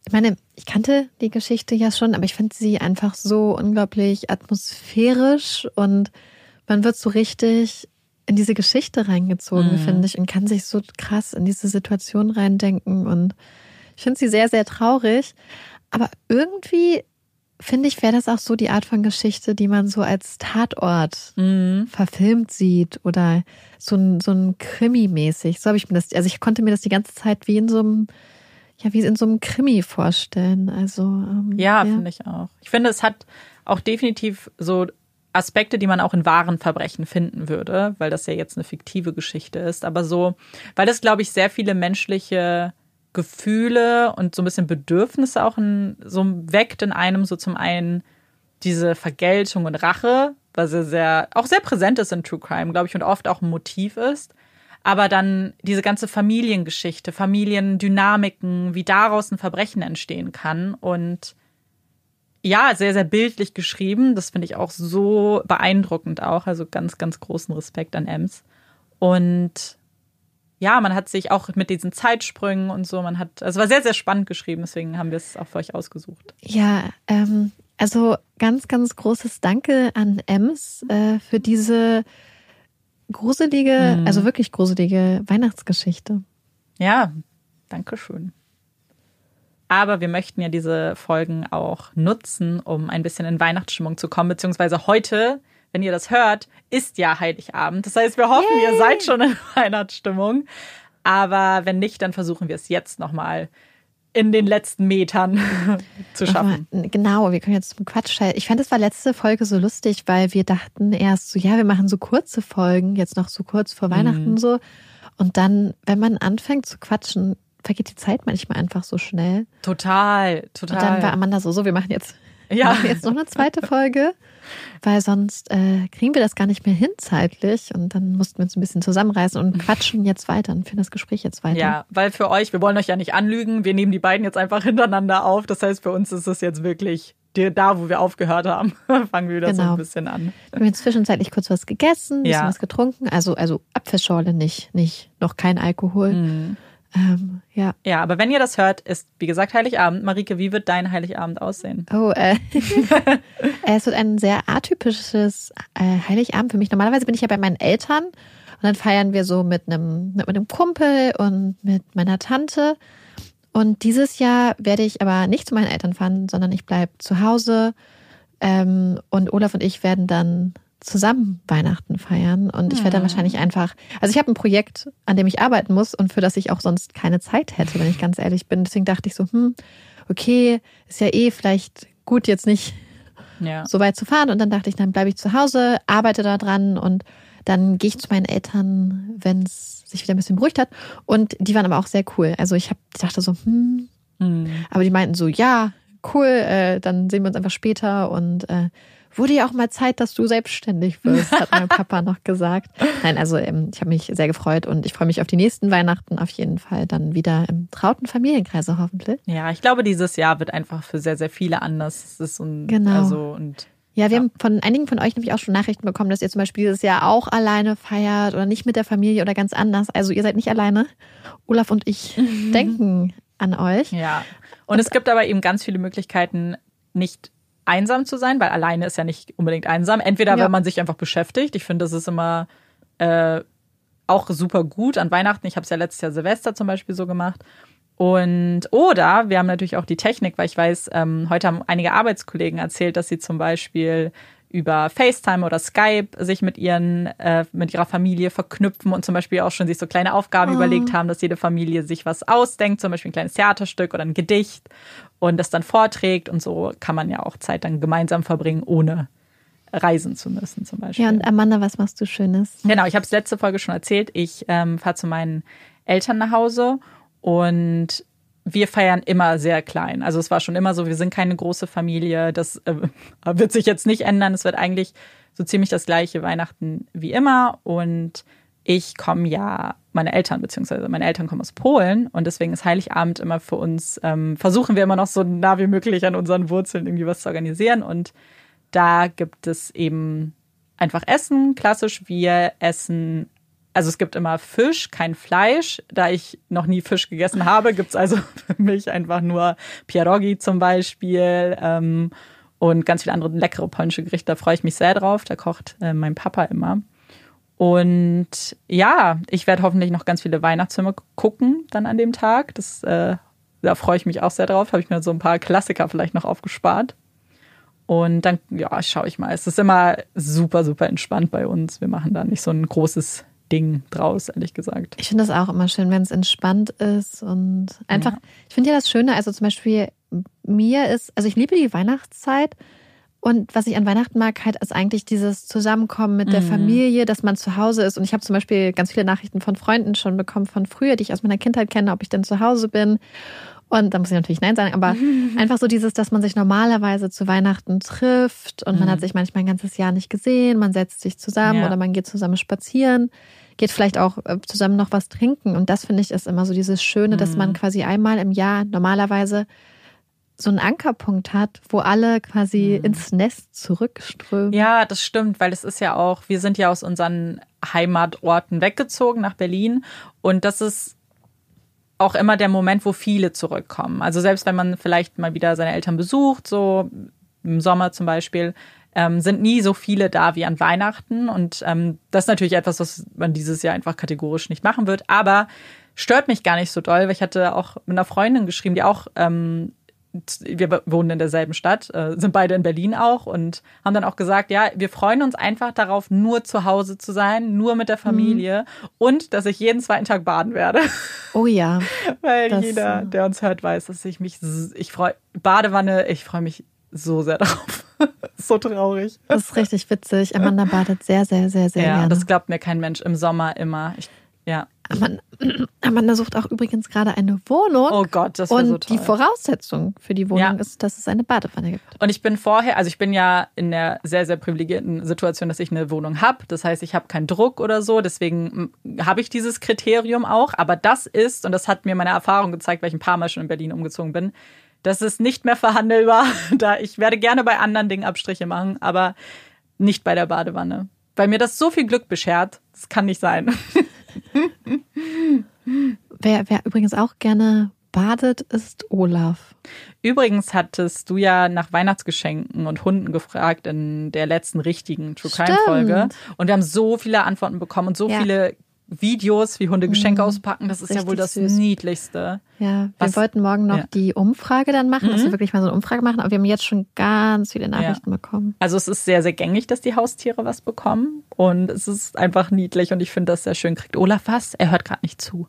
ich meine, ich kannte die Geschichte ja schon, aber ich finde sie einfach so unglaublich atmosphärisch und man wird so richtig in diese Geschichte reingezogen, mhm. finde ich, und kann sich so krass in diese Situation reindenken und ich finde sie sehr, sehr traurig, aber irgendwie finde ich, wäre das auch so die Art von Geschichte, die man so als Tatort mhm. verfilmt sieht oder so ein, so ein Krimi-mäßig. So habe ich mir das, also ich konnte mir das die ganze Zeit wie in so einem, ja, wie in so einem Krimi vorstellen. Also, ähm,
ja, ja. finde ich auch. Ich finde, es hat auch definitiv so Aspekte, die man auch in wahren Verbrechen finden würde, weil das ja jetzt eine fiktive Geschichte ist. Aber so, weil das, glaube ich, sehr viele menschliche Gefühle und so ein bisschen Bedürfnisse auch in, so weckt in einem, so zum einen diese Vergeltung und Rache, was ja sehr, auch sehr präsent ist in True Crime, glaube ich, und oft auch ein Motiv ist. Aber dann diese ganze Familiengeschichte, Familiendynamiken, wie daraus ein Verbrechen entstehen kann. Und ja, sehr, sehr bildlich geschrieben. Das finde ich auch so beeindruckend auch. Also ganz, ganz großen Respekt an Ems. Und ja, man hat sich auch mit diesen Zeitsprüngen und so, man hat, also es war sehr, sehr spannend geschrieben, deswegen haben wir es auch für euch ausgesucht.
Ja, ähm, also ganz, ganz großes Danke an Ems äh, für diese gruselige, mhm. also wirklich gruselige Weihnachtsgeschichte.
Ja, danke schön. Aber wir möchten ja diese Folgen auch nutzen, um ein bisschen in Weihnachtsstimmung zu kommen, beziehungsweise heute, wenn ihr das hört, ist ja Heiligabend. Das heißt, wir hoffen, Yay. Ihr seid schon in Weihnachtsstimmung. Aber wenn nicht, dann versuchen wir es jetzt nochmal in den letzten Metern zu schaffen.
Aber, genau, wir können jetzt zum Quatsch. Ich fand, es war letzte Folge so lustig, weil wir dachten erst so, ja, wir machen so kurze Folgen, jetzt noch so kurz vor Weihnachten mhm. so. Und dann, wenn man anfängt zu quatschen, vergeht die Zeit manchmal einfach so schnell.
Total, total.
Und dann war Amanda so, so, wir machen jetzt, ja. machen jetzt noch eine zweite Folge, weil sonst äh, kriegen wir das gar nicht mehr hin zeitlich und dann mussten wir uns ein bisschen zusammenreißen und quatschen jetzt weiter und führen das Gespräch jetzt weiter.
Ja, weil für euch, wir wollen euch ja nicht anlügen, wir nehmen die beiden jetzt einfach hintereinander auf. Das heißt, für uns ist es jetzt wirklich da, wo wir aufgehört haben, fangen wir wieder genau. so ein bisschen an.
Wir haben jetzt zwischenzeitlich kurz was gegessen, ein bisschen
ja.
was getrunken, also, also Apfelschorle nicht, nicht, noch kein Alkohol.
Mhm.
Ähm, ja.
Ja, aber wenn ihr das hört, ist, wie gesagt, Heiligabend. Marike, wie wird dein Heiligabend aussehen?
Oh, äh, es wird ein sehr atypisches äh, Heiligabend für mich. Normalerweise bin ich ja bei meinen Eltern und dann feiern wir so mit einem, mit einem Kumpel und mit meiner Tante. Und dieses Jahr werde ich aber nicht zu meinen Eltern fahren, sondern ich bleibe zu Hause ähm, und Olaf und ich werden dann zusammen Weihnachten feiern und ich werde dann wahrscheinlich einfach, also ich habe ein Projekt, an dem ich arbeiten muss und für das ich auch sonst keine Zeit hätte, wenn ich ganz ehrlich bin. Deswegen dachte ich so, hm, okay, ist ja eh vielleicht gut, jetzt nicht
ja.
so weit zu fahren. Und dann dachte ich, dann bleibe ich zu Hause, arbeite da dran und dann gehe ich zu meinen Eltern, wenn es sich wieder ein bisschen beruhigt hat. Und die waren aber auch sehr cool. Also ich hab, ich dachte so, hm, hm. aber die meinten so, ja, cool, äh, dann sehen wir uns einfach später und äh, wurde ja auch mal Zeit, dass du selbstständig wirst, hat mein Papa noch gesagt. Nein, also ähm, ich habe mich sehr gefreut und ich freue mich auf die nächsten Weihnachten auf jeden Fall dann wieder im trauten Familienkreise hoffentlich.
Ja, ich glaube, dieses Jahr wird einfach für sehr, sehr viele anders. Es ist ein,
genau.
Also, und,
ja, wir
ja.
haben von einigen von euch nämlich auch schon Nachrichten bekommen, dass ihr zum Beispiel dieses Jahr auch alleine feiert oder nicht mit der Familie oder ganz anders. Also ihr seid nicht alleine. Olaf und ich mhm. denken an euch.
Ja, und, und es gibt aber eben ganz viele Möglichkeiten, nicht einsam zu sein, weil alleine ist ja nicht unbedingt einsam. Entweder, ja. wenn man sich einfach beschäftigt. Ich finde, das ist immer äh, auch super gut an Weihnachten. Ich habe es ja letztes Jahr Silvester zum Beispiel so gemacht. Und oder wir haben natürlich auch die Technik, weil ich weiß, ähm, heute haben einige Arbeitskollegen erzählt, dass sie zum Beispiel über FaceTime oder Skype sich mit ihren äh, mit ihrer Familie verknüpfen und zum Beispiel auch schon sich so kleine Aufgaben oh. überlegt haben, dass jede Familie sich was ausdenkt, zum Beispiel ein kleines Theaterstück oder ein Gedicht und das dann vorträgt und so kann man ja auch Zeit dann gemeinsam verbringen, ohne reisen zu müssen zum Beispiel.
Ja, und Amanda, was machst du Schönes?
Genau, ich habe es letzte Folge schon erzählt. Ich ähm, fahre zu meinen Eltern nach Hause und wir feiern immer sehr klein. Also es war schon immer so, wir sind keine große Familie. Das äh, wird sich jetzt nicht ändern. Es wird eigentlich so ziemlich das gleiche Weihnachten wie immer. Und ich komme ja, meine Eltern, beziehungsweise meine Eltern kommen aus Polen. Und deswegen ist Heiligabend immer für uns, ähm, versuchen wir immer noch so nah wie möglich an unseren Wurzeln irgendwie was zu organisieren. Und da gibt es eben einfach Essen. Klassisch, wir essen also es gibt immer Fisch, kein Fleisch. Da ich noch nie Fisch gegessen habe, gibt's also für mich einfach nur Pierogi zum Beispiel ähm, und ganz viele andere leckere polnische Gerichte. Da freue ich mich sehr drauf. Da kocht äh, mein Papa immer. Und ja, ich werde hoffentlich noch ganz viele Weihnachtsfilme gucken dann an dem Tag. Das, äh, da freue ich mich auch sehr drauf. Habe ich mir so ein paar Klassiker vielleicht noch aufgespart. Und dann, ja, schaue ich mal. Es ist immer super, super entspannt bei uns. Wir machen da nicht so ein großes Ding draus, ehrlich gesagt.
Ich finde das auch immer schön, wenn es entspannt ist und einfach, ja. Ich finde ja das Schöne, also zum Beispiel mir ist, also ich liebe die Weihnachtszeit und was ich an Weihnachten mag, halt ist eigentlich dieses Zusammenkommen mit der mhm. Familie, dass man zu Hause ist und ich habe zum Beispiel ganz viele Nachrichten von Freunden schon bekommen von früher, die ich aus meiner Kindheit kenne, ob ich denn zu Hause bin. Und da muss ich natürlich Nein sagen, aber einfach so dieses, dass man sich normalerweise zu Weihnachten trifft und man mhm. hat sich manchmal ein ganzes Jahr nicht gesehen, man setzt sich zusammen ja. oder man geht zusammen spazieren, geht vielleicht auch zusammen noch was trinken. Und das finde ich ist immer so dieses Schöne, mhm. dass man quasi einmal im Jahr normalerweise so einen Ankerpunkt hat, wo alle quasi mhm. ins Nest zurückströmen.
Ja, das stimmt, weil es ist ja auch, wir sind ja aus unseren Heimatorten weggezogen nach Berlin und das ist auch immer der Moment, wo viele zurückkommen. Also selbst wenn man vielleicht mal wieder seine Eltern besucht, so im Sommer zum Beispiel, ähm, sind nie so viele da wie an Weihnachten. Und ähm, das ist natürlich etwas, was man dieses Jahr einfach kategorisch nicht machen wird. Aber stört mich gar nicht so doll, weil ich hatte auch mit einer Freundin geschrieben, die auch ähm, wir wohnen in derselben Stadt, äh, sind beide in Berlin auch und haben dann auch gesagt, ja, wir freuen uns einfach darauf, nur zu Hause zu sein, nur mit der Familie mhm. und dass ich jeden zweiten Tag baden werde.
Oh ja.
Weil das, jeder, der uns hört, weiß, dass ich mich, ich freue, Badewanne, ich freue mich so sehr darauf. So traurig.
Das ist richtig witzig. Amanda badet sehr, sehr, sehr, sehr
ja,
gerne.
Das glaubt mir kein Mensch. Im Sommer immer. Ich, ja.
Amanda, Amanda sucht auch übrigens gerade eine Wohnung.
Oh Gott, das wäre so toll.
Und die Voraussetzung für die Wohnung ja. ist, dass es eine Badewanne gibt.
Und ich bin vorher, also ich bin ja in der sehr, sehr privilegierten Situation, dass ich eine Wohnung habe. Das heißt, ich habe keinen Druck oder so. Deswegen habe ich dieses Kriterium auch. Aber das ist, und das hat mir meine Erfahrung gezeigt, weil ich ein paar Mal schon in Berlin umgezogen bin, das ist nicht mehr verhandelbar. Da ich werde gerne bei anderen Dingen Abstriche machen, aber nicht bei der Badewanne. Weil mir das so viel Glück beschert, das kann nicht sein.
Wer, wer übrigens auch gerne badet, ist Olaf.
Übrigens hattest du ja nach Weihnachtsgeschenken und Hunden gefragt in der letzten richtigen True Crime Folge. Und wir haben so viele Antworten bekommen und so ja. viele Videos, wie Hunde Geschenke mhm. auspacken. Das ist Richtig ja wohl das süß. Niedlichste.
Ja, wir Was, wollten morgen noch ja. die Umfrage dann machen, mhm. dass wir wirklich mal so eine Umfrage machen. Aber wir haben jetzt schon ganz viele Nachrichten ja. bekommen.
Also es ist sehr, sehr gängig, dass die Haustiere was bekommen. Und es ist einfach niedlich und ich finde das sehr schön. Kriegt Olaf was? Er hört gerade nicht zu.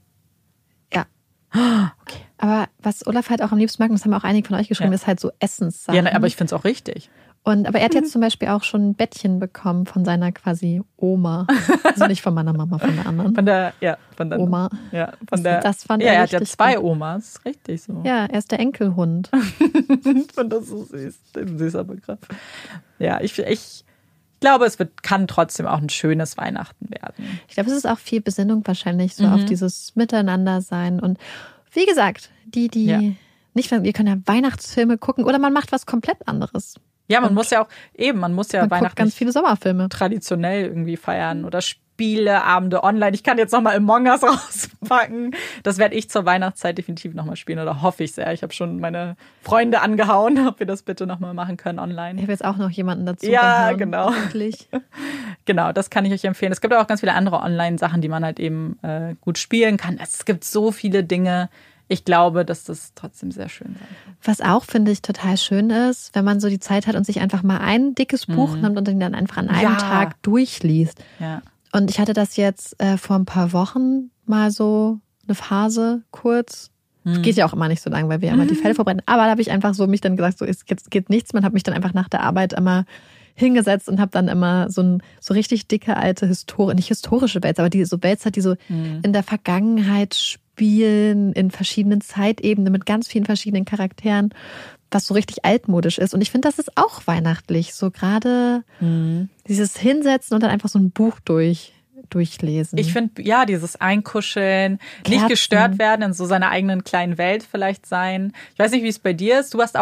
Ja.
Okay.
Aber was Olaf halt auch am liebsten mag, und das haben auch einige von euch geschrieben, ja. ist halt so Essenssachen.
Ja, aber ich finde es auch richtig.
Und, aber er hat jetzt zum Beispiel auch schon ein Bettchen bekommen von seiner quasi Oma. Also nicht von meiner Mama, von der anderen.
Von der, ja, von der
Oma.
Ja, von der,
das fand
ja,
er
er hat ja zwei
gut.
Omas, richtig so.
Ja, er ist der Enkelhund.
Ich fand das so süß, ein süßer Begriff. Ja, ich, ich glaube, es wird, kann trotzdem auch ein schönes Weihnachten werden.
Ich glaube, es ist auch viel Besinnung wahrscheinlich, so mhm. auf dieses Miteinander sein. Und wie gesagt, die, die ja. nicht, wir können ja Weihnachtsfilme gucken oder man macht was komplett anderes.
Ja, man und muss ja auch, eben, man muss ja
man
Weihnachten
guckt ganz viele Sommerfilme
traditionell irgendwie feiern oder Spieleabende online. Ich kann jetzt nochmal Among Us rauspacken. Das werde ich zur Weihnachtszeit definitiv nochmal spielen oder hoffe ich sehr. Ich habe schon meine Freunde angehauen, ob wir das bitte nochmal machen können online.
Ich habe jetzt auch noch jemanden dazu
Ja,
gehauen,
genau.
Wirklich.
Genau, das kann ich euch empfehlen. Es gibt auch ganz viele andere Online-Sachen, die man halt eben äh, gut spielen kann. Es gibt so viele Dinge. Ich glaube, dass das trotzdem sehr schön sein kann.
Was auch, finde ich, total schön ist, wenn man so die Zeit hat und sich einfach mal ein dickes Buch mhm. nimmt und den dann einfach an einem
ja.
Tag durchliest.
Ja.
Und ich hatte das jetzt äh, vor ein paar Wochen mal so eine Phase kurz. Mhm. Geht ja auch immer nicht so lang, weil wir ja immer die Fälle vorbereiten. Aber da habe ich einfach so mich dann gesagt, so ist, jetzt geht nichts. Man hat mich dann einfach nach der Arbeit immer hingesetzt und habe dann immer so ein so richtig dicke alte Historie, nicht historische Wälzer, aber die so Wälzer, die so mhm. in der Vergangenheit spielen, in verschiedenen Zeitebenen mit ganz vielen verschiedenen Charakteren, was so richtig altmodisch ist. Und ich finde, das ist auch weihnachtlich, so gerade mhm. dieses Hinsetzen und dann einfach so ein Buch durch durchlesen.
Ich finde, ja, dieses Einkuscheln, Kerzen. Nicht gestört werden, in so seiner eigenen kleinen Welt vielleicht sein. Ich weiß nicht, wie es bei dir ist. Du hast auch noch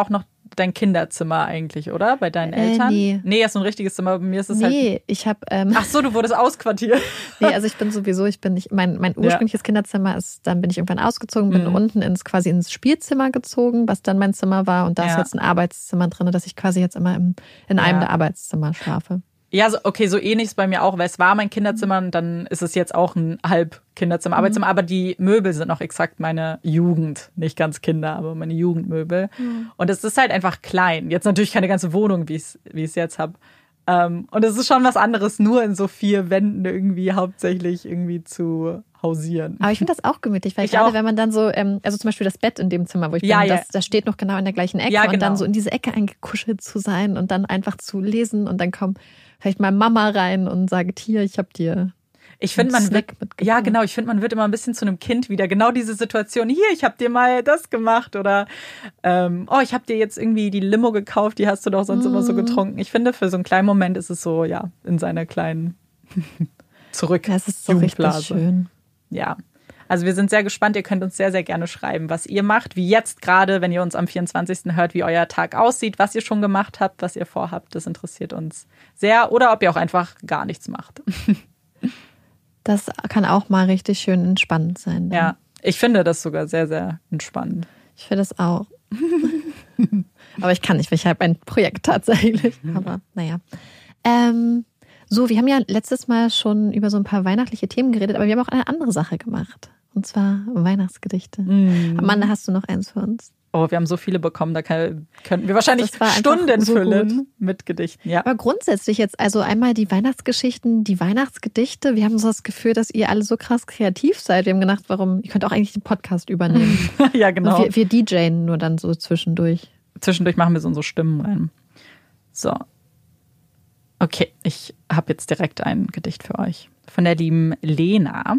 dein Kinderzimmer eigentlich, oder? Bei deinen
Äh,
Eltern?
nee.
Nee, hast du ein richtiges Zimmer. Bei mir ist es
nee,
halt...
Nee, ich habe... Ähm,
Ach so, du wurdest ausquartiert.
nee, also ich bin sowieso, ich bin nicht... Mein, mein ursprüngliches ja. Kinderzimmer ist... Dann bin ich irgendwann ausgezogen, bin mhm. unten ins quasi ins Spielzimmer gezogen, was dann mein Zimmer war. Und da ja. ist jetzt ein Arbeitszimmer drin, dass ich quasi jetzt immer im, in einem ja. der Arbeitszimmer schlafe.
Ja, so, okay, so ähnlich ist bei mir auch, weil es war mein Kinderzimmer und dann ist es jetzt auch ein halb Kinderzimmer, Arbeitszimmer, mhm. aber die Möbel sind noch exakt meine Jugend, nicht ganz Kinder, aber meine Jugendmöbel. Mhm. Und es ist halt einfach klein. Jetzt natürlich keine ganze Wohnung, wie ich es wie ich es jetzt habe. Ähm, und es ist schon was anderes, nur in so vier Wänden irgendwie hauptsächlich irgendwie zu hausieren.
Aber ich finde das auch gemütlich, weil ich gerade, auch. wenn man dann so, ähm, also zum Beispiel das Bett in dem Zimmer, wo ich
ja,
bin,
ja.
das, das steht noch genau in der gleichen Ecke
ja, genau.
und dann so in diese Ecke eingekuschelt zu sein und dann einfach zu lesen und dann kommt vielleicht mal Mama rein und sagt, hier, ich habe dir
Ich finde, man wird, ja genau, ich finde, man wird immer ein bisschen zu einem Kind wieder. Genau diese Situation, hier, ich habe dir mal das gemacht oder ähm, oh, ich habe dir jetzt irgendwie die Limo gekauft, die hast du doch sonst mm. immer so getrunken. Ich finde, für so einen kleinen Moment ist es so, ja, in seiner kleinen Zurück.
Das ist so richtig schön.
Ja, also wir sind sehr gespannt. Ihr könnt uns sehr, sehr gerne schreiben, was ihr macht, wie jetzt gerade, wenn ihr uns am vierundzwanzigsten hört, wie euer Tag aussieht, was ihr schon gemacht habt, was ihr vorhabt. Das interessiert uns sehr. Oder ob ihr auch einfach gar nichts macht.
Das kann auch mal richtig schön entspannend sein. Dann.
Ja, ich finde das sogar sehr, sehr entspannend.
Ich finde es auch. Aber ich kann nicht, weil ich habe ein Projekt tatsächlich. Aber naja. Ähm, so, wir haben ja letztes Mal schon über so ein paar weihnachtliche Themen geredet, aber wir haben auch eine andere Sache gemacht. Und zwar Weihnachtsgedichte. Mm. Amanda, hast du noch eins für uns?
Oh, wir haben so viele bekommen, da kann, könnten wir wahrscheinlich Stunden so füllen gut. mit Gedichten. Ja.
Aber grundsätzlich jetzt, also einmal die Weihnachtsgeschichten, die Weihnachtsgedichte. Wir haben so das Gefühl, dass ihr alle so krass kreativ seid. Wir haben gedacht, warum, ihr könnt auch eigentlich den Podcast übernehmen.
Ja, genau.
Und wir, wir D Jen nur dann so zwischendurch.
Zwischendurch machen wir so unsere Stimmen rein. So. Okay, ich habe jetzt direkt ein Gedicht für euch. Von der lieben Lena.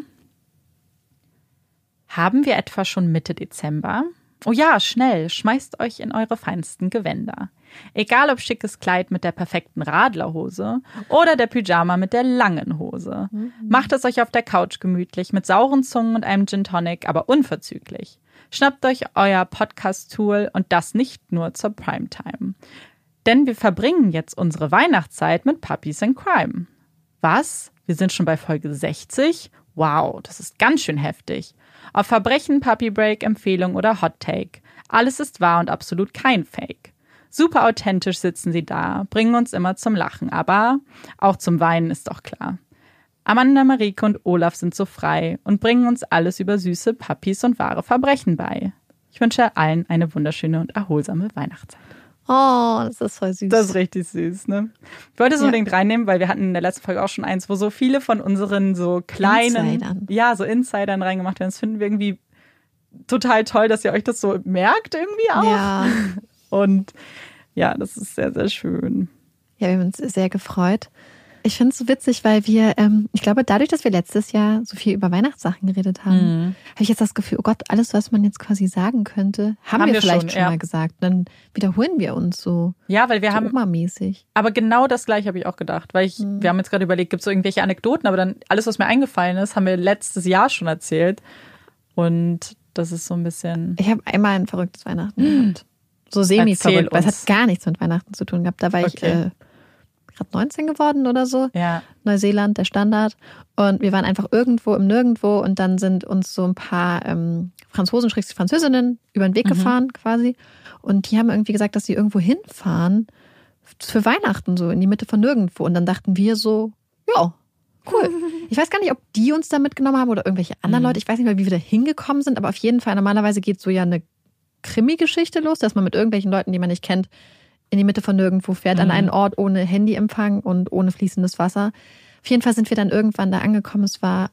Haben wir etwa schon Mitte Dezember? Oh ja, schnell, schmeißt euch in eure feinsten Gewänder. Egal ob schickes Kleid mit der perfekten Radlerhose oder der Pyjama mit der langen Hose. Mhm. Macht es euch auf der Couch gemütlich mit sauren Zungen und einem Gin Tonic, aber unverzüglich. Schnappt euch euer Podcast-Tool und das nicht nur zur Primetime. Denn wir verbringen jetzt unsere Weihnachtszeit mit Puppies in Crime. Was? Wir sind schon bei Folge sechzig? Wow, das ist ganz schön heftig. Auf Verbrechen, Puppy Break, Empfehlung oder Hot Take. Alles ist wahr und absolut kein Fake. Super authentisch sitzen sie da, bringen uns immer zum Lachen, aber auch zum Weinen ist doch klar. Amanda, Marike und Olaf sind so frei und bringen uns alles über süße Puppies und wahre Verbrechen bei. Ich wünsche allen eine wunderschöne und erholsame Weihnachtszeit.
Oh, das ist voll süß.
Das ist richtig süß, ne? Ich wollte es ja. unbedingt reinnehmen, weil wir hatten in der letzten Folge auch schon eins, wo so viele von unseren so kleinen,
Insidern.
ja, so Insidern reingemacht werden. Das finden wir irgendwie total toll, dass ihr euch das so merkt irgendwie auch.
Ja.
Und ja, das ist sehr, sehr schön.
Ja, wir haben uns sehr gefreut. Ich finde es so witzig, weil wir, ähm, ich glaube, dadurch, dass wir letztes Jahr so viel über Weihnachtssachen geredet haben, mhm. habe ich jetzt das Gefühl, oh Gott, alles, was man jetzt quasi sagen könnte, haben, haben wir, wir vielleicht schon, schon ja. mal gesagt. Dann wiederholen wir uns so.
Ja, weil wir
so
haben.
Oma-mäßig.
Aber genau das Gleiche habe ich auch gedacht, weil ich, mhm. wir haben jetzt gerade überlegt, gibt es so irgendwelche Anekdoten, aber dann alles, was mir eingefallen ist, haben wir letztes Jahr schon erzählt. Und das ist so ein bisschen.
Ich habe einmal ein verrücktes Weihnachten mhm. gehabt. So semi-verrückt, weil es hat gar nichts mit Weihnachten zu tun gehabt. Da war okay. ich. Äh, gerade neunzehn geworden oder so.
Ja.
Neuseeland, der Standard. Und wir waren einfach irgendwo im Nirgendwo und dann sind uns so ein paar ähm, Franzosen, Französinnen über den Weg mhm. gefahren quasi. Und die haben irgendwie gesagt, dass sie irgendwo hinfahren für Weihnachten, so in die Mitte von nirgendwo. Und dann dachten wir so, ja, cool. Ich weiß gar nicht, ob die uns da mitgenommen haben oder irgendwelche anderen mhm. Leute. Ich weiß nicht mehr, wie wir da hingekommen sind, aber auf jeden Fall, normalerweise geht so ja eine Krimi-Geschichte los, dass man mit irgendwelchen Leuten, die man nicht kennt, in die Mitte von nirgendwo fährt, mhm. an einen Ort ohne Handyempfang und ohne fließendes Wasser. Auf jeden Fall sind wir dann irgendwann da angekommen. Es war,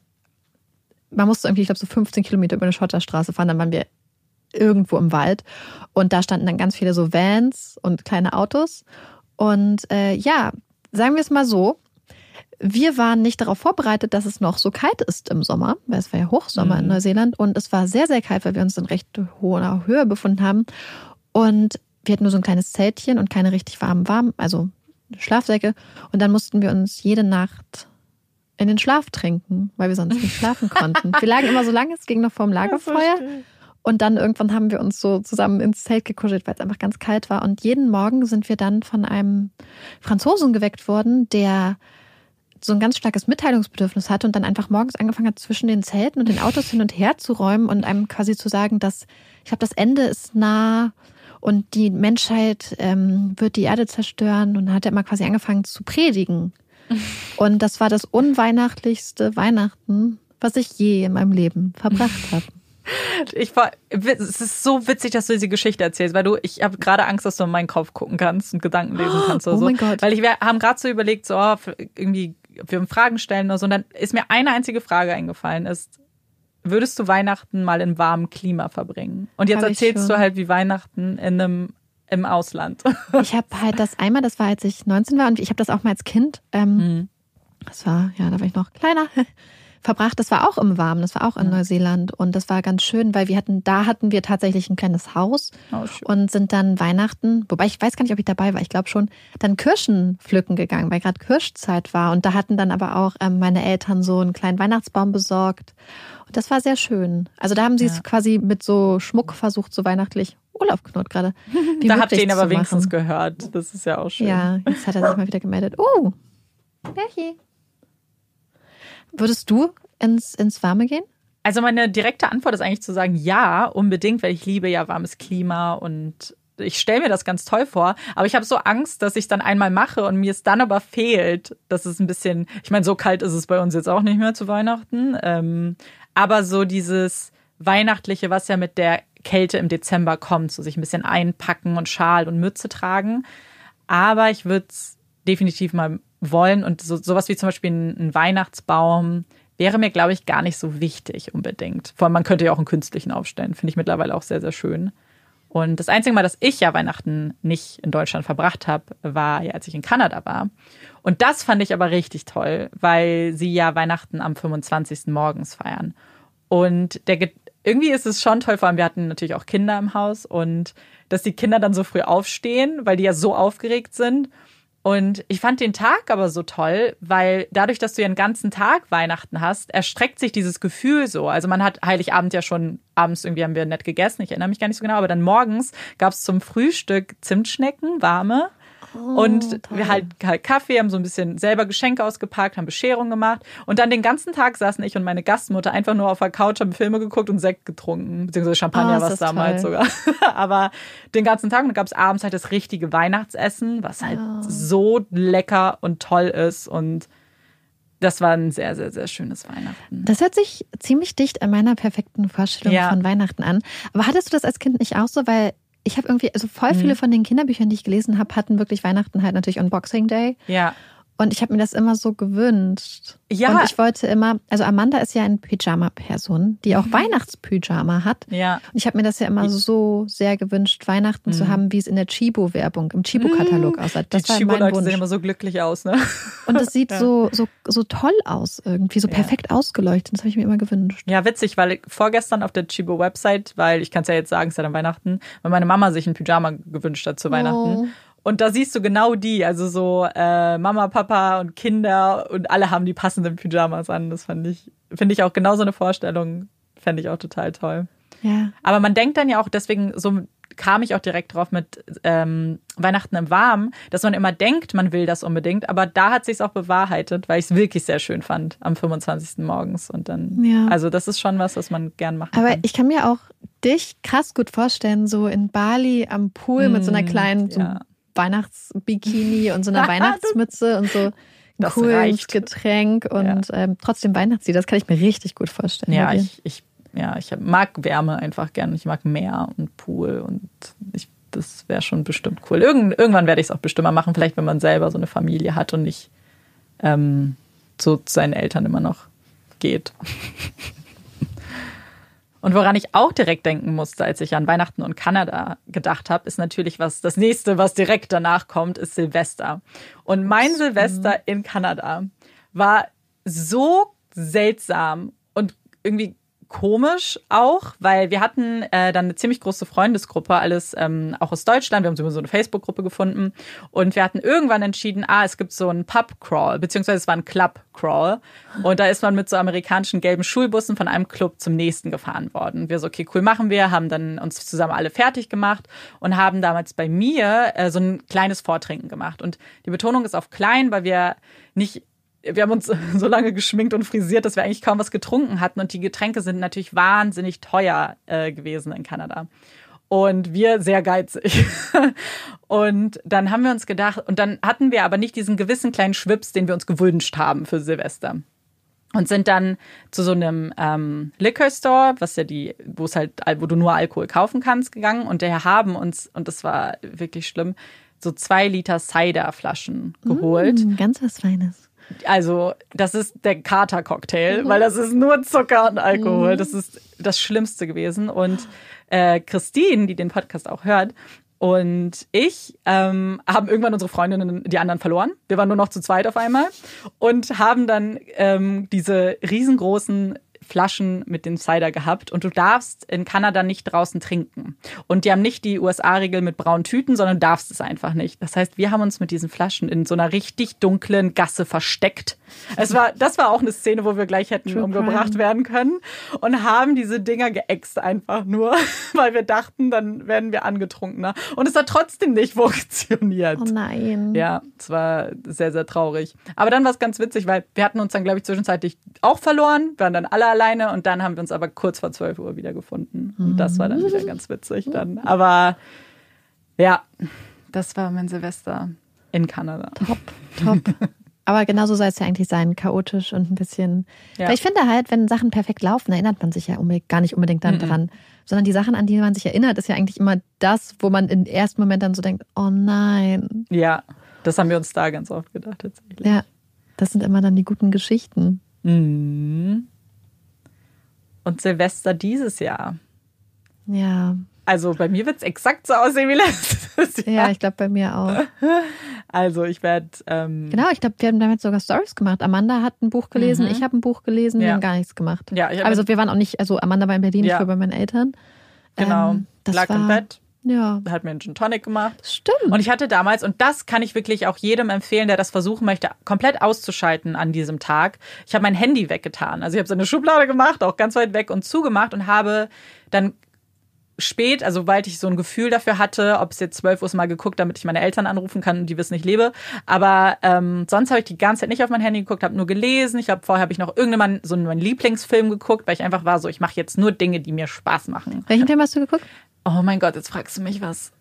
man musste irgendwie, ich glaube, so fünfzehn Kilometer über eine Schotterstraße fahren. Dann waren wir irgendwo im Wald. Und da standen dann ganz viele so Vans und kleine Autos. Und äh, ja, sagen wir es mal so, wir waren nicht darauf vorbereitet, dass es noch so kalt ist im Sommer, weil es war ja Hochsommer mhm. in Neuseeland. Und es war sehr, sehr kalt, weil wir uns in recht hoher Höhe befunden haben. Und wir hatten nur so ein kleines Zeltchen und keine richtig warmen, warm, also Schlafsäcke. Und dann mussten wir uns jede Nacht in den Schlaf trinken, weil wir sonst nicht schlafen konnten. Wir lagen immer so lange, es ging noch vorm Lagerfeuer. Und dann irgendwann haben wir uns so zusammen ins Zelt gekuschelt, weil es einfach ganz kalt war. Und jeden Morgen sind wir dann von einem Franzosen geweckt worden, der so ein ganz starkes Mitteilungsbedürfnis hatte und dann einfach morgens angefangen hat, zwischen den Zelten und den Autos hin und her zu räumen und einem quasi zu sagen, dass, ich glaube, das Ende ist nah und die Menschheit ähm, wird die Erde zerstören. Und dann hat er immer quasi angefangen zu predigen. Und das war das unweihnachtlichste Weihnachten, was ich je in meinem Leben verbracht habe.
Ich war, es ist so witzig, dass du diese Geschichte erzählst, weil du, ich habe gerade Angst, dass du in meinen Kopf gucken kannst und Gedanken lesen kannst oder
oh
so.
Mein Gott.
Weil ich, wir haben gerade so überlegt, so oh, irgendwie, wir Fragen stellen oder so. Und dann ist mir eine einzige Frage eingefallen, ist, würdest du Weihnachten mal in warmem Klima verbringen? Und jetzt
Hab
erzählst du halt, wie Weihnachten in einem im Ausland.
Ich habe halt das einmal, das war, als ich neunzehn war und ich habe das auch mal als Kind, ähm, mhm. das war, ja, da war ich noch kleiner, verbracht. Das war auch im Warmen, das war auch in ja. Neuseeland und das war ganz schön, weil wir hatten, da hatten wir tatsächlich ein kleines Haus oh, und sind dann Weihnachten, wobei ich weiß gar nicht, ob ich dabei war, ich glaube schon, dann Kirschen pflücken gegangen, weil gerade Kirschzeit war und da hatten dann aber auch ähm, meine Eltern so einen kleinen Weihnachtsbaum besorgt und das war sehr schön. Also da haben sie ja. es quasi mit so Schmuck versucht, so weihnachtlich. Olaf knurrt gerade.
Da habt ihr ihn aber wenigstens machen. gehört. Das ist ja auch schön.
Ja, jetzt hat er sich mal wieder gemeldet. Oh, Berchi. Würdest du ins, ins Warme gehen?
Also meine direkte Antwort ist eigentlich zu sagen, ja, unbedingt, weil ich liebe ja warmes Klima und ich stelle mir das ganz toll vor. Aber ich habe so Angst, dass ich es dann einmal mache und mir es dann aber fehlt. Das ist ein bisschen, ich meine, so kalt ist es bei uns jetzt auch nicht mehr zu Weihnachten. Ähm, aber so dieses Weihnachtliche, was ja mit der Kälte im Dezember kommt, so sich ein bisschen einpacken und Schal und Mütze tragen. Aber ich würde es definitiv mal wollen und so, sowas wie zum Beispiel ein, ein Weihnachtsbaum wäre mir, glaube ich, gar nicht so wichtig unbedingt. Vor allem, man könnte ja auch einen künstlichen aufstellen, finde ich mittlerweile auch sehr, sehr schön. Und das einzige Mal, dass ich ja Weihnachten nicht in Deutschland verbracht habe, war ja, als ich in Kanada war. Und das fand ich aber richtig toll, weil sie ja Weihnachten am fünfundzwanzigsten morgens feiern. Und der irgendwie ist es schon toll, vor allem wir hatten natürlich auch Kinder im Haus und dass die Kinder dann so früh aufstehen, weil die ja so aufgeregt sind. Und ich fand den Tag aber so toll, weil dadurch, dass du ja einen ganzen Tag Weihnachten hast, erstreckt sich dieses Gefühl so. Also man hat Heiligabend ja schon, abends irgendwie haben wir nett gegessen, ich erinnere mich gar nicht so genau, aber dann morgens gab es zum Frühstück Zimtschnecken, warme. Oh, und toll. Wir halt, halt Kaffee, haben so ein bisschen selber Geschenke ausgepackt, haben Bescherung gemacht. Und dann den ganzen Tag saßen ich und meine Gastmutter einfach nur auf der Couch, haben Filme geguckt und Sekt getrunken. Beziehungsweise Champagner oh, war es damals toll. sogar. Aber den ganzen Tag. Und dann gab es abends halt das richtige Weihnachtsessen, was halt oh. so lecker und toll ist. Und das war ein sehr, sehr, sehr schönes Weihnachten.
Das hört sich ziemlich dicht an meiner perfekten Vorstellung ja. von Weihnachten an. Aber hattest du das als Kind nicht auch so? Weil ich habe irgendwie, also voll viele von den Kinderbüchern, die ich gelesen habe, hatten wirklich Weihnachten halt natürlich on Boxing Day.
Ja.
Und ich habe mir das immer so gewünscht.
Ja.
Und ich wollte immer, also Amanda ist ja eine Pyjama-Person, die auch mhm. Weihnachtspyjama hat.
Ja.
Und ich habe mir das ja immer so sehr gewünscht, Weihnachten mhm. zu haben, wie es in der Chibo-Werbung, im Chibo-Katalog
mhm.
aussah. Das
die
war
Chibo-Leute
mein Wunsch.
sehen immer so glücklich aus, ne?
Und es sieht
ja.
so, so, so toll aus irgendwie, so perfekt ja. ausgeleuchtet. Das habe ich mir immer gewünscht.
Ja, witzig, weil vorgestern auf der Chibo-Website, weil ich kann es ja jetzt sagen, es ist ja dann Weihnachten, weil meine Mama sich ein Pyjama gewünscht hat zu oh. Weihnachten. Und da siehst du genau die, also so äh, Mama, Papa und Kinder und alle haben die passenden Pyjamas an. Das fand ich, finde ich auch genau so eine Vorstellung, fände ich auch total toll.
Ja.
Aber man denkt dann ja auch, deswegen so kam ich auch direkt drauf mit ähm, Weihnachten im Warmen, dass man immer denkt, man will das unbedingt, aber da hat sich's auch bewahrheitet, weil ich es wirklich sehr schön fand am fünfundzwanzigsten morgens und dann, ja. also das ist schon was, was man gern machen
aber
kann.
Aber ich kann mir auch dich krass gut vorstellen, so in Bali am Pool mm, mit so einer kleinen so
ja.
Weihnachtsbikini und so einer Weihnachtsmütze und so ein cooles Getränk und ja. ähm, trotzdem Weihnachtslied. Das kann ich mir richtig gut vorstellen.
Ja, ich, ich, ja, ich mag Wärme einfach gerne. Ich mag Meer und Pool und ich, das wäre schon bestimmt cool. Irgend, irgendwann werde ich es auch bestimmt mal machen, vielleicht wenn man selber so eine Familie hat und nicht ähm, so zu seinen Eltern immer noch geht. Und woran ich auch direkt denken musste, als ich an Weihnachten und Kanada gedacht habe, ist natürlich, was das nächste, was direkt danach kommt, ist Silvester. Und mein Silvester in Kanada war so seltsam und irgendwie komisch auch, weil wir hatten äh, dann eine ziemlich große Freundesgruppe, alles ähm, auch aus Deutschland. Wir haben so eine Facebook-Gruppe gefunden und wir hatten irgendwann entschieden, ah, es gibt so einen Pub-Crawl, beziehungsweise es war ein Club-Crawl und da ist man mit so amerikanischen gelben Schulbussen von einem Club zum nächsten gefahren worden. Wir so, okay, cool, machen wir, haben dann uns zusammen alle fertig gemacht und haben damals bei mir äh, so ein kleines Vortrinken gemacht. Und die Betonung ist auf klein, weil wir nicht Wir haben uns so lange geschminkt und frisiert, dass wir eigentlich kaum was getrunken hatten. Und die Getränke sind natürlich wahnsinnig teuer äh, gewesen in Kanada. Und wir sehr geizig. Und dann haben wir uns gedacht, und dann hatten wir aber nicht diesen gewissen kleinen Schwips, den wir uns gewünscht haben für Silvester. Und sind dann zu so einem ähm, Liquor Store, was ja die, wo es halt, wo du nur Alkohol kaufen kannst, gegangen. Und daher haben uns, und das war wirklich schlimm, so zwei Liter Cider-Flaschen geholt.
Mm, ganz was Feines.
Also, das ist der Kater-Cocktail, mhm. weil das ist nur Zucker und Alkohol. Mhm. Das ist das Schlimmste gewesen. Und äh, Christine, die den Podcast auch hört, und ich ähm, haben irgendwann unsere Freundinnen, die anderen verloren. Wir waren nur noch zu zweit auf einmal und haben dann ähm, diese riesengroßen Flaschen mit dem Cider gehabt und du darfst in Kanada nicht draußen trinken. Und die haben nicht die U S A-Regel mit braunen Tüten, sondern du darfst es einfach nicht. Das heißt, wir haben uns mit diesen Flaschen in so einer richtig dunklen Gasse versteckt. Es war, das war auch eine Szene, wo wir gleich hätten True umgebracht crime. werden können und haben diese Dinger geäxt einfach nur, weil wir dachten, dann werden wir angetrunkener. Und es hat trotzdem nicht funktioniert.
Oh nein.
Ja, es war sehr, sehr traurig. Aber dann war es ganz witzig, weil wir hatten uns dann, glaube ich, zwischenzeitlich auch verloren. Wir waren dann alle alleine und dann haben wir uns aber kurz vor zwölf Uhr wieder gefunden. Und das war dann wieder ganz witzig dann. Aber ja, das war mein Silvester in Kanada.
Top, top. Aber genauso soll es ja eigentlich sein, chaotisch und ein bisschen.
Ja.
Weil ich finde halt, wenn Sachen perfekt laufen, erinnert man sich ja unbedingt, gar nicht unbedingt dann mhm. dran. Sondern die Sachen, an die man sich erinnert, ist ja eigentlich immer das, wo man im ersten Moment dann so denkt, oh nein.
Ja, das haben wir uns da ganz oft gedacht tatsächlich.
Ja, das sind immer dann die guten Geschichten.
Mhm. Und Silvester dieses Jahr.
Ja.
Also bei mir wird es exakt so aussehen wie letztes Jahr.
Ja, ich glaube bei mir auch.
Also ich werde... Ähm
genau, ich glaube, wir haben damit sogar Stories gemacht. Amanda hat ein Buch gelesen, mhm. ich habe ein Buch gelesen,
ja.
wir haben gar nichts gemacht.
Ja, ich
also wir waren auch nicht, also Amanda war in Berlin,
ja.
ich war bei meinen Eltern.
Genau,
ähm, das
lag
war,
im Bett.
Ja.
Hat mir einen Gin Tonic gemacht.
Stimmt.
Und ich hatte damals, und das kann ich wirklich auch jedem empfehlen, der das versuchen möchte, komplett auszuschalten an diesem Tag. Ich habe mein Handy weggetan. Also ich habe so eine Schublade gemacht, auch ganz weit weg und zugemacht und habe dann spät, also sobald ich so ein Gefühl dafür hatte, ob es jetzt zwölf Uhr ist, mal geguckt, damit ich meine Eltern anrufen kann und die wissen, ich lebe. Aber ähm, sonst habe ich die ganze Zeit nicht auf mein Handy geguckt, habe nur gelesen. Ich glaube, vorher habe ich noch irgendwann so einen Lieblingsfilm geguckt, weil ich einfach war so, ich mache jetzt nur Dinge, die mir Spaß machen.
Welchen Film hast du geguckt?
Oh mein Gott, jetzt fragst du mich was.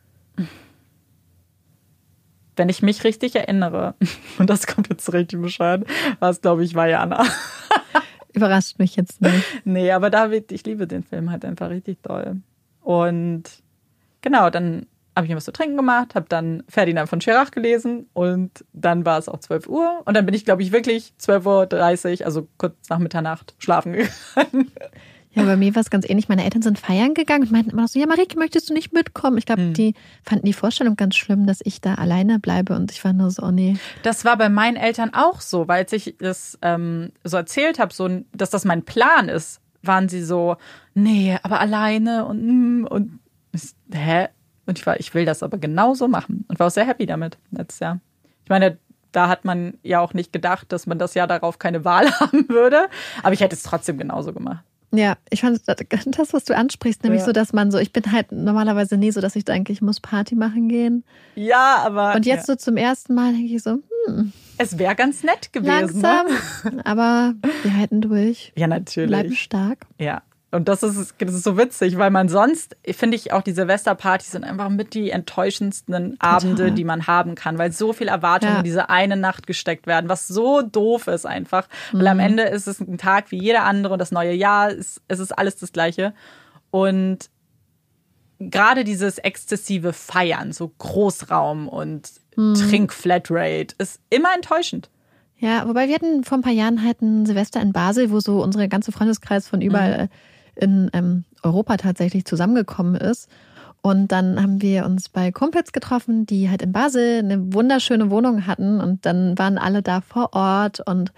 Wenn ich mich richtig erinnere, und das kommt jetzt richtig bescheuert, war es, glaube ich, Vaiana.
Überrascht mich jetzt nicht.
Nee, aber David, ich liebe den Film halt einfach richtig doll. Und genau, dann habe ich mir was zu trinken gemacht, habe dann Ferdinand von Schirach gelesen und dann war es auch zwölf Uhr. Und dann bin ich, glaube ich, wirklich zwölf Uhr dreißig, also kurz nach Mitternacht, schlafen gegangen.
Ja, bei mir war es ganz ähnlich. Meine Eltern sind feiern gegangen und meinten immer noch so, ja, Marike, möchtest du nicht mitkommen? Ich glaube, hm. die fanden die Vorstellung ganz schlimm, dass ich da alleine bleibe und ich war nur so, oh nee.
Das war bei meinen Eltern auch so, weil als ich das ähm, so erzählt habe, so, dass das mein Plan ist, waren sie so, nee, aber alleine und und hä? Und ich war, ich will das aber genauso machen und war auch sehr happy damit letztes Jahr. Ich meine, da hat man ja auch nicht gedacht, dass man das Jahr darauf keine Wahl haben würde, aber ich hätte es trotzdem genauso gemacht.
Ja, ich fand das, was du ansprichst, nämlich ja. so, dass man so, ich bin halt normalerweise nie so, dass ich denke, ich muss Party machen gehen.
Ja, aber...
Und jetzt
ja.
so zum ersten Mal denke ich so, hm.
Es wäre ganz nett gewesen.
Langsam,
ne?
Aber wir halten durch.
Ja, natürlich.
Bleiben stark.
Ja. Und das ist, das ist so witzig, weil man sonst, finde ich, auch die Silvesterpartys sind einfach mit die enttäuschendsten Total. Abende, die man haben kann, weil so viel Erwartungen ja. in diese eine Nacht gesteckt werden, was so doof ist einfach. Mhm. Weil am Ende ist es ein Tag wie jeder andere und das neue Jahr, ist, es ist alles das Gleiche. Und gerade dieses exzessive Feiern, so Großraum und mhm. Trink-Flatrate, ist immer enttäuschend.
Ja, wobei wir hatten vor ein paar Jahren halt ein Silvester in Basel, wo so unsere ganze Freundeskreis von überall mhm. in ähm, Europa tatsächlich zusammengekommen ist. Und dann haben wir uns bei Kumpels getroffen, die halt in Basel eine wunderschöne Wohnung hatten. Und dann waren alle da vor Ort. Und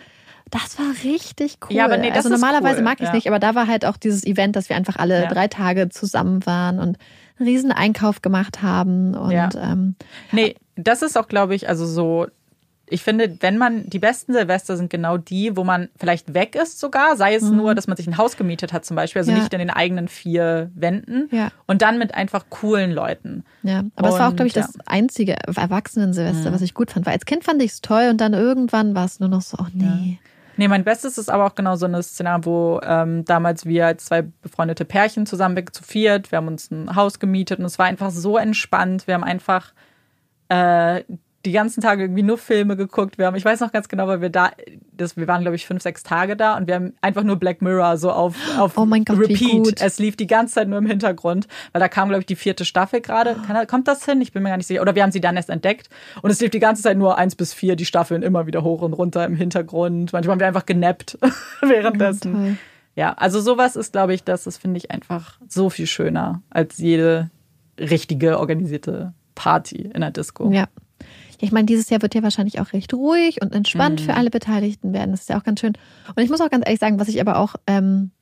Das war richtig cool.
Ja, aber nee, das
also normalerweise
ist cool.
mag ich es
ja.
nicht, aber da war halt auch dieses Event, dass wir einfach alle
Ja.
drei Tage zusammen waren und einen riesen Einkauf gemacht haben. Und
Ja.
ähm,
Nee, das ist auch, glaube ich, also so, ich finde, wenn man, die besten Silvester sind genau die, wo man vielleicht weg ist sogar, sei es mhm. nur, dass man sich ein Haus gemietet hat zum Beispiel, also
ja.
nicht in den eigenen vier Wänden
ja.
und dann mit einfach coolen Leuten.
Ja, aber und, es war auch, glaube ich,
ja.
das einzige Erwachsenen-Silvester, mhm. was ich gut fand, weil als Kind fand ich es toll und dann irgendwann war es nur noch so, oh nee.
Ja. Nee, mein Bestes ist aber auch genau so eine Szenario, wo ähm, damals wir als zwei befreundete Pärchen zusammen zu viert, wir haben uns ein Haus gemietet und es war einfach so entspannt. Wir haben einfach äh, die ganzen Tage irgendwie nur Filme geguckt. Wir haben, ich weiß noch ganz genau, weil wir da, das, wir waren, glaube ich, fünf, sechs Tage da und wir haben einfach nur Black Mirror so auf, auf
oh mein Gott,
Repeat.
Wie gut.
Es lief die ganze Zeit nur im Hintergrund, weil da kam, glaube ich, die vierte Staffel gerade. Kann, kommt das hin? Ich bin mir gar nicht sicher. Oder wir haben sie dann erst entdeckt und es lief die ganze Zeit nur eins bis vier, die Staffeln immer wieder hoch und runter im Hintergrund. Manchmal haben wir einfach genappt währenddessen.
Ja,
ja, also sowas ist, glaube ich, das ist, finde ich, einfach so viel schöner als jede richtige organisierte Party in der Disco.
Ja. Ich meine, dieses Jahr wird ja wahrscheinlich auch recht ruhig und entspannt
Mhm.
für alle Beteiligten werden. Das ist ja auch ganz schön. Und ich muss auch ganz ehrlich sagen, was ich aber auch ähm,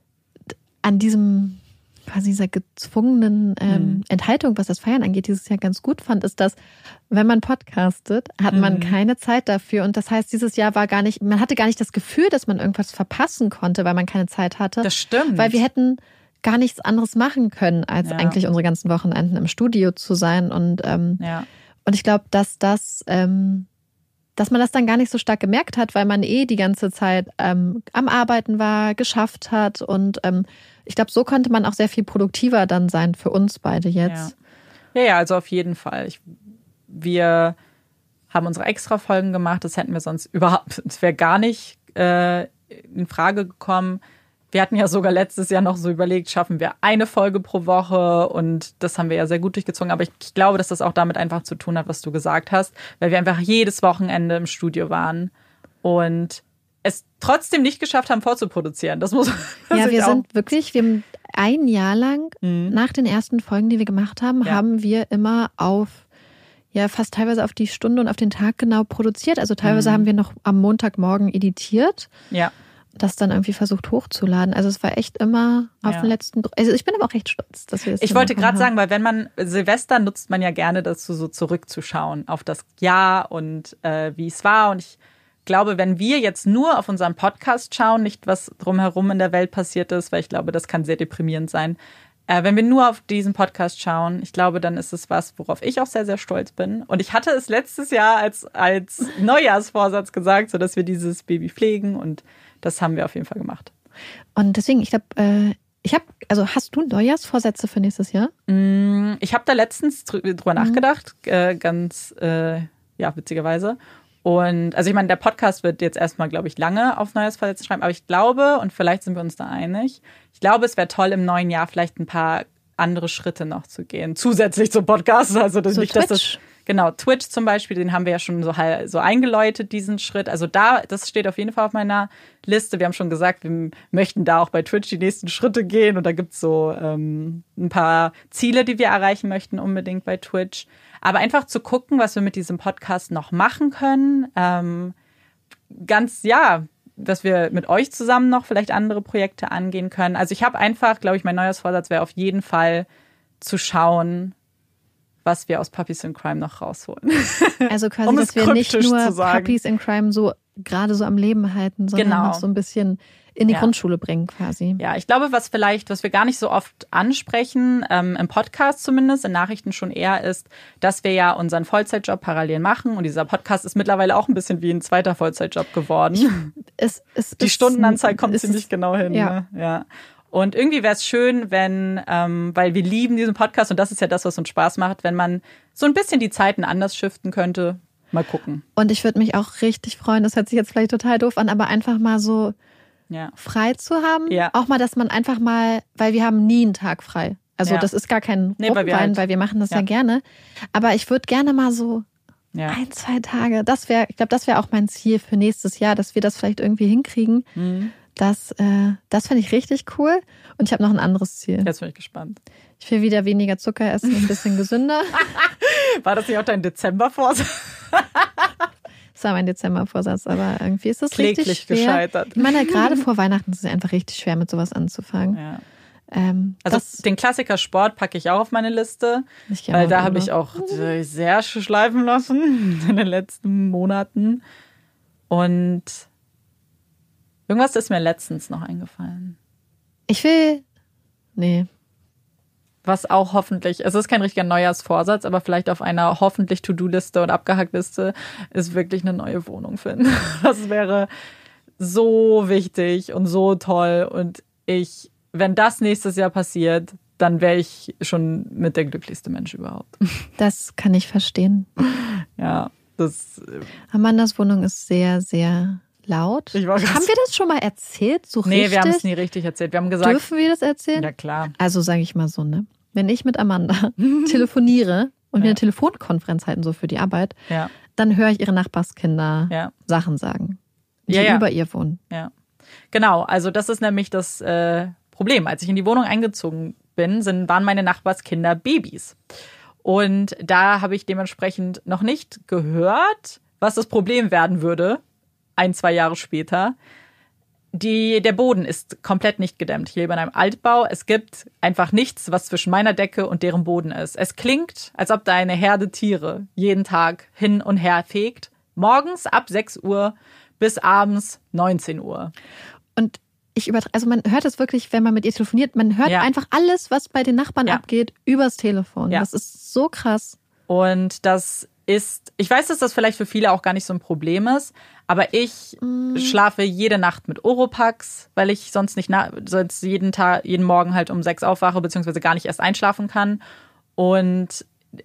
an diesem quasi dieser gezwungenen ähm,
Mhm.
Enthaltung, was das Feiern angeht, dieses Jahr ganz gut fand, ist, dass wenn man podcastet, hat man
Mhm.
keine Zeit dafür. Und das heißt, dieses Jahr war gar nicht, man hatte gar nicht das Gefühl, dass man irgendwas verpassen konnte, weil man keine Zeit hatte.
Das stimmt.
Weil wir hätten gar nichts anderes machen können, als
Ja.
eigentlich unsere ganzen Wochenenden im Studio zu sein. Und ähm,
ja.
Und ich glaube, dass das, ähm, dass man das dann gar nicht so stark gemerkt hat, weil man eh die ganze Zeit ähm, am Arbeiten war, geschafft hat. Und ähm, ich glaube, so konnte man auch sehr viel produktiver dann sein für uns beide jetzt.
Ja, ja, ja also auf jeden Fall. Ich, wir haben unsere Extra-Folgen gemacht. Das hätten wir sonst überhaupt, es wäre gar nicht äh, in Frage gekommen. Wir hatten ja sogar letztes Jahr noch so überlegt, schaffen wir eine Folge pro Woche und das haben wir ja sehr gut durchgezogen. Aber ich, ich glaube, dass das auch damit einfach zu tun hat, was du gesagt hast, weil wir einfach jedes Wochenende im Studio waren und es trotzdem nicht geschafft haben, vorzuproduzieren. Das muss
Ja,
muss
wir
ich auch.
sind wirklich, wir haben ein Jahr lang
Mhm.
nach den ersten Folgen, die wir gemacht haben,
Ja.
haben wir immer auf, ja, fast teilweise auf die Stunde und auf den Tag genau produziert. Also teilweise
Mhm.
haben wir noch am Montagmorgen editiert.
Ja.
Das dann irgendwie versucht hochzuladen. Also es war echt immer auf
Ja.
den letzten. Also ich bin aber auch recht stolz, dass wir das
Ich wollte gerade
haben.
sagen, weil wenn man Silvester nutzt man ja gerne dazu, so zurückzuschauen auf das Jahr und äh, wie es war. Und ich glaube, wenn wir jetzt nur auf unseren Podcast schauen, nicht was drumherum in der Welt passiert ist, weil ich glaube, das kann sehr deprimierend sein. Äh, wenn wir nur auf diesen Podcast schauen, ich glaube, dann ist es was, worauf ich auch sehr, sehr stolz bin. Und ich hatte es letztes Jahr als, als Neujahrsvorsatz gesagt, so dass wir dieses Baby pflegen und das haben wir auf jeden Fall gemacht.
Und deswegen, ich glaube, äh, ich habe, also hast du Neujahrsvorsätze für nächstes Jahr?
Ich habe da letztens drü- drüber
Mhm.
nachgedacht, äh, ganz, äh, ja, witzigerweise. Und also ich meine, der Podcast wird jetzt erstmal, glaube ich, lange auf Neujahrsvorsätze schreiben, aber ich glaube, und vielleicht sind wir uns da einig, ich glaube, es wäre toll, im neuen Jahr vielleicht ein paar andere Schritte noch zu gehen, zusätzlich zum Podcast. Also das
So
nicht, dass
Twitch?
das Genau, Twitch zum Beispiel, den haben wir ja schon so, so eingeläutet, diesen Schritt. Also da, das steht auf jeden Fall auf meiner Liste. Wir haben schon gesagt, wir möchten da auch bei Twitch die nächsten Schritte gehen. Und da gibt's so ähm, ein paar Ziele, die wir erreichen möchten, unbedingt bei Twitch. Aber einfach zu gucken, was wir mit diesem Podcast noch machen können. Ähm, ganz, ja, dass wir mit euch zusammen noch vielleicht andere Projekte angehen können. Also ich habe einfach, glaube ich, mein Neujahrsvorsatz wäre auf jeden Fall zu schauen, was wir aus Puppies in Crime noch rausholen.
Also quasi,
Um
dass
es
wir nicht
kryptisch
nur
zu sagen.
Puppies in Crime so gerade so am Leben halten, sondern
Genau.
noch so ein bisschen in die
Ja.
Grundschule bringen quasi.
Ja, ich glaube, was vielleicht, was wir gar nicht so oft ansprechen, ähm, im Podcast zumindest, in Nachrichten schon eher ist, dass wir ja unseren Vollzeitjob parallel machen und dieser Podcast ist mittlerweile auch ein bisschen wie ein zweiter Vollzeitjob geworden.
Es, es,
Die
es-
Stundenanzahl kommt
es-
ziemlich genau hin.
ja.
Ne? Ja. Und irgendwie wäre es schön, wenn, ähm, weil wir lieben diesen Podcast und das ist ja das, was uns Spaß macht, wenn man so ein bisschen die Zeiten anders shiften könnte. Mal gucken.
Und ich würde mich auch richtig freuen, das hört sich jetzt vielleicht total doof an, aber einfach mal so
Ja.
frei zu haben.
Ja.
Auch mal, dass man einfach mal, weil wir haben nie einen Tag frei. Also
Ja.
das ist gar kein
Nee, weil wir
Rumweinen,
halt-
weil wir machen das ja,
ja.
gerne. Aber ich würde gerne mal so
Ja.
ein, zwei Tage, das wäre, ich glaube, das wäre auch mein Ziel für nächstes Jahr, dass wir das vielleicht irgendwie hinkriegen.
Mhm.
Das, äh, das finde ich richtig cool. Und ich habe noch ein anderes Ziel.
Jetzt bin ich gespannt.
Ich will wieder weniger Zucker essen, ein bisschen gesünder.
War das nicht auch dein Dezember-Vorsatz?
Das war mein Dezembervorsatz, aber irgendwie ist das
Kläglich
richtig schwer.
gescheitert.
Ich meine, gerade vor Weihnachten ist es einfach richtig schwer, mit sowas anzufangen.
Ja.
Ähm,
Also
das,
den Klassiker Sport packe ich auch auf meine Liste,
ich
weil da habe ich auch sehr schleifen lassen in den letzten Monaten. Und irgendwas ist mir letztens noch eingefallen.
Ich will. Nee.
Was auch hoffentlich, es ist kein richtiger Neujahrsvorsatz, aber vielleicht auf einer hoffentlich To-Do-Liste und Abgehackt-Liste ist wirklich eine neue Wohnung finden. Das wäre so wichtig und so toll. Und ich, wenn das nächstes Jahr passiert, dann wäre ich schon mit der glücklichste Mensch überhaupt.
Das kann ich verstehen.
Ja, das.
Amandas Wohnung ist sehr, sehr laut.
Ich war
haben wir das schon mal erzählt? So
nee,
richtig?
Wir haben es nie richtig erzählt. Wir haben gesagt.
Dürfen wir das erzählen?
Ja, klar.
Also sage ich mal so, ne? Wenn ich mit Amanda telefoniere und wir
ja.
eine Telefonkonferenz halten, so für die Arbeit,
ja.
dann höre ich ihre Nachbarskinder
ja.
Sachen sagen, die
ja, ja.
über ihr wohnen.
Ja, genau. Also das ist nämlich das äh, Problem. Als ich in die Wohnung eingezogen bin, sind, waren meine Nachbarskinder Babys. Und da habe ich dementsprechend noch nicht gehört, was das Problem werden würde, ein, zwei Jahre später. Die, der Boden ist komplett nicht gedämmt. Ich lebe in einem Altbau. Es gibt einfach nichts, was zwischen meiner Decke und deren Boden ist. Es klingt, als ob da eine Herde Tiere jeden Tag hin und her fegt. Morgens ab sechs Uhr bis abends neunzehn Uhr.
Und ich übertre- also man hört es wirklich, wenn man mit ihr telefoniert, man hört
ja.
einfach alles, was bei den Nachbarn
ja.
abgeht, übers Telefon.
Ja.
Das ist so krass.
Und das ist, ich weiß, dass das vielleicht für viele auch gar nicht so ein Problem ist, aber ich mm. schlafe jede Nacht mit Oropax, weil ich sonst nicht na- sonst jeden Tag, jeden Morgen halt um sechs aufwache, beziehungsweise gar nicht erst einschlafen kann. Und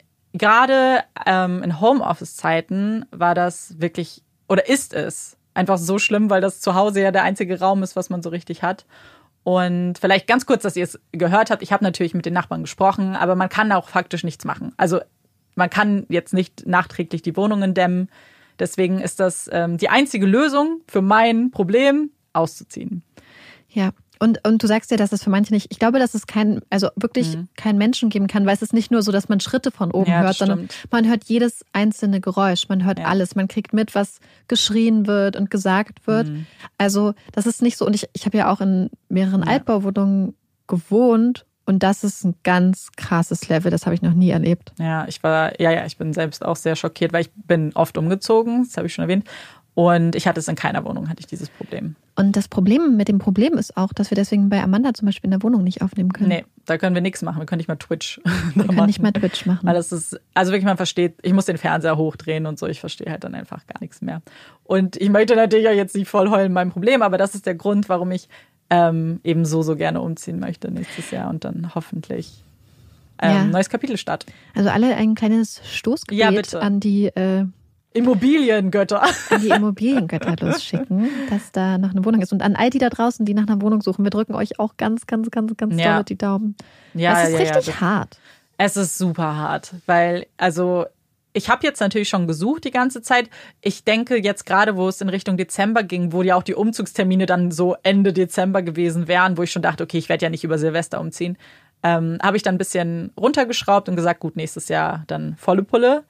gerade ähm, in Homeoffice-Zeiten war das wirklich, oder ist es einfach so schlimm, weil das zu Hause ja der einzige Raum ist, was man so richtig hat. Und vielleicht ganz kurz, dass ihr es gehört habt. Ich habe natürlich mit den Nachbarn gesprochen, aber man kann auch faktisch nichts machen. Also man kann jetzt nicht nachträglich die Wohnungen dämmen. Deswegen ist das ähm, die einzige Lösung für mein Problem, auszuziehen.
Ja, und, und du sagst ja, dass es für manche nicht, ich glaube, dass es kein, also wirklich mhm. keinen Menschen geben kann, weil es ist nicht nur so, dass man Schritte von oben
ja,
hört, sondern man hört jedes einzelne Geräusch, man hört ja. alles, man kriegt mit, was geschrien wird und gesagt wird. Mhm. Also das ist nicht so, und ich, ich habe ja auch in mehreren ja. Altbauwohnungen gewohnt. Und das ist ein ganz krasses Level, das habe ich noch nie erlebt.
Ja, ich war, ja, ja, ich bin selbst auch sehr schockiert, weil ich bin oft umgezogen, das habe ich schon erwähnt. Und ich hatte es in keiner Wohnung, hatte ich dieses Problem.
Und das Problem mit dem Problem ist auch, dass wir deswegen bei Amanda zum Beispiel in der Wohnung nicht aufnehmen können.
Nee, da können wir nichts machen. Wir können nicht mal Twitch
Wir können nicht mal Twitch machen.
Weil das ist, also wirklich, man versteht, ich muss den Fernseher hochdrehen und so, ich verstehe halt dann einfach gar nichts mehr. Und ich möchte natürlich auch jetzt nicht voll heulen mein Problem, aber das ist der Grund, warum ich ähm, eben so, so gerne umziehen möchte nächstes Jahr und dann hoffentlich ähm, ja. neues Kapitel starten.
Also alle ein kleines Stoßgebet
ja, bitte.
an die äh,
Immobiliengötter.
An die Immobiliengötter losschicken, dass da noch eine Wohnung ist. Und an all die da draußen, die nach einer Wohnung suchen, wir drücken euch auch ganz, ganz, ganz, ganz
ja.
doll die Daumen.
Ja,
es ist
ja,
richtig
ja,
hart.
Es ist super hart, weil, also ich habe jetzt natürlich schon gesucht die ganze Zeit. Ich denke jetzt gerade, wo es in Richtung Dezember ging, wo ja auch die Umzugstermine dann so Ende Dezember gewesen wären, wo ich schon dachte, okay, ich werde ja nicht über Silvester umziehen, ähm, habe ich dann ein bisschen runtergeschraubt und gesagt, gut, nächstes Jahr dann volle Pulle.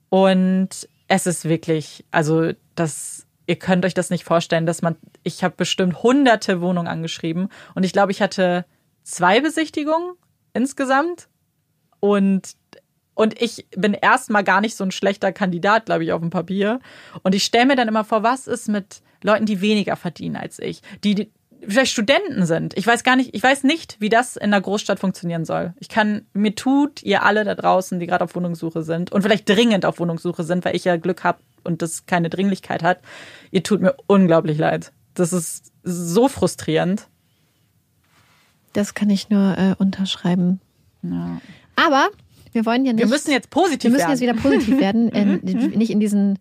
Und es ist wirklich, also das, ihr könnt euch das nicht vorstellen, dass man, ich habe bestimmt hunderte Wohnungen angeschrieben und ich glaube, ich hatte zwei Besichtigungen insgesamt und Und ich bin erstmal gar nicht so ein schlechter Kandidat, glaube ich, auf dem Papier. Und ich stelle mir dann immer vor, was ist mit Leuten, die weniger verdienen als ich, die, die vielleicht Studenten sind. Ich weiß gar nicht, ich weiß nicht, wie das in einer Großstadt funktionieren soll. Ich kann, mir tut ihr alle da draußen, die gerade auf Wohnungssuche sind und vielleicht dringend auf Wohnungssuche sind, weil ich ja Glück habe und das keine Dringlichkeit hat. Ihr tut mir unglaublich leid. Das ist so frustrierend.
Das kann ich nur äh, unterschreiben.
Ja.
Aber wir wollen ja nicht.
Wir müssen jetzt positiv werden.
Wir müssen
werden.
jetzt wieder positiv werden, in, nicht in diesen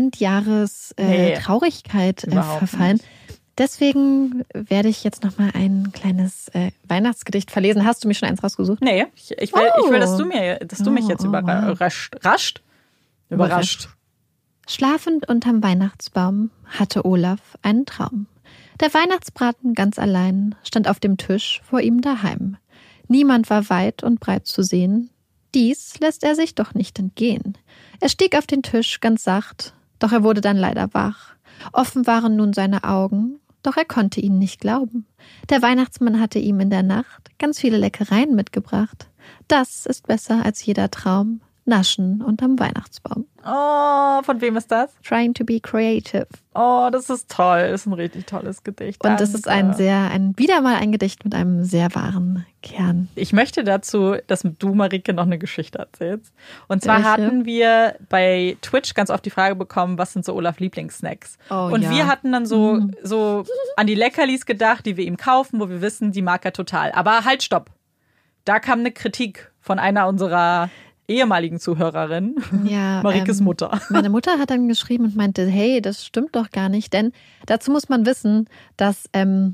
Endjahres-Traurigkeit äh, nee, äh, verfallen. Nicht. Deswegen werde ich jetzt noch mal ein kleines äh, Weihnachtsgedicht verlesen. Hast du mir schon eins rausgesucht?
Nee, ich, ich, will,
oh.
ich will, dass du, mir, dass du mich
oh,
jetzt
oh,
überrascht. Rascht? Überrascht.
Schlafend unterm Weihnachtsbaum hatte Olaf einen Traum. Der Weihnachtsbraten ganz allein stand auf dem Tisch vor ihm daheim. Niemand war weit und breit zu sehen. Dies lässt er sich doch nicht entgehen. Er stieg auf den Tisch ganz sacht, Doch er wurde dann leider wach. Offen waren nun seine Augen, doch er konnte ihnen nicht glauben. Der Weihnachtsmann hatte ihm in der Nacht ganz viele Leckereien mitgebracht. Das ist besser als jeder Traum. Naschen unterm Weihnachtsbaum.
Oh, von wem ist das?
Trying to be creative.
Oh, das ist toll. Das ist ein richtig tolles Gedicht.
Und das ist ein sehr, ein, wieder mal ein Gedicht mit einem sehr wahren Kern.
Ich möchte dazu, dass du, Marike, noch eine Geschichte erzählst. Und zwar
Welche?
hatten wir bei Twitch ganz oft die Frage bekommen, was sind so Olaf Lieblingssnacks?
Oh,
und
ja.
wir hatten dann so,
Mhm.
so an die Leckerlis gedacht, die wir ihm kaufen, wo wir wissen, die mag er total. Aber halt, stopp. Da kam eine Kritik von einer unserer ehemaligen Zuhörerin,
Ja,
Marikes
ähm,
Mutter.
Meine Mutter hat dann geschrieben und meinte, hey, das stimmt doch gar nicht. Denn dazu muss man wissen, dass ähm,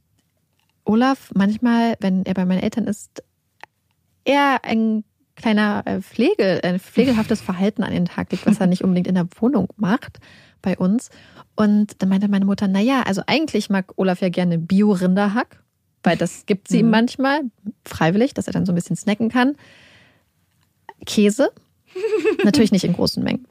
Olaf manchmal, wenn er bei meinen Eltern ist, eher ein kleiner äh, Pflege, ein pflegelhaftes Verhalten an den Tag legt, was er nicht unbedingt in der Wohnung macht bei uns. Und dann meinte meine Mutter, naja, also eigentlich mag Olaf ja gerne Bio-Rinderhack, weil das gibt sie ihm
Mhm.
manchmal freiwillig, dass er dann so ein bisschen snacken kann. Käse, natürlich nicht in großen Mengen.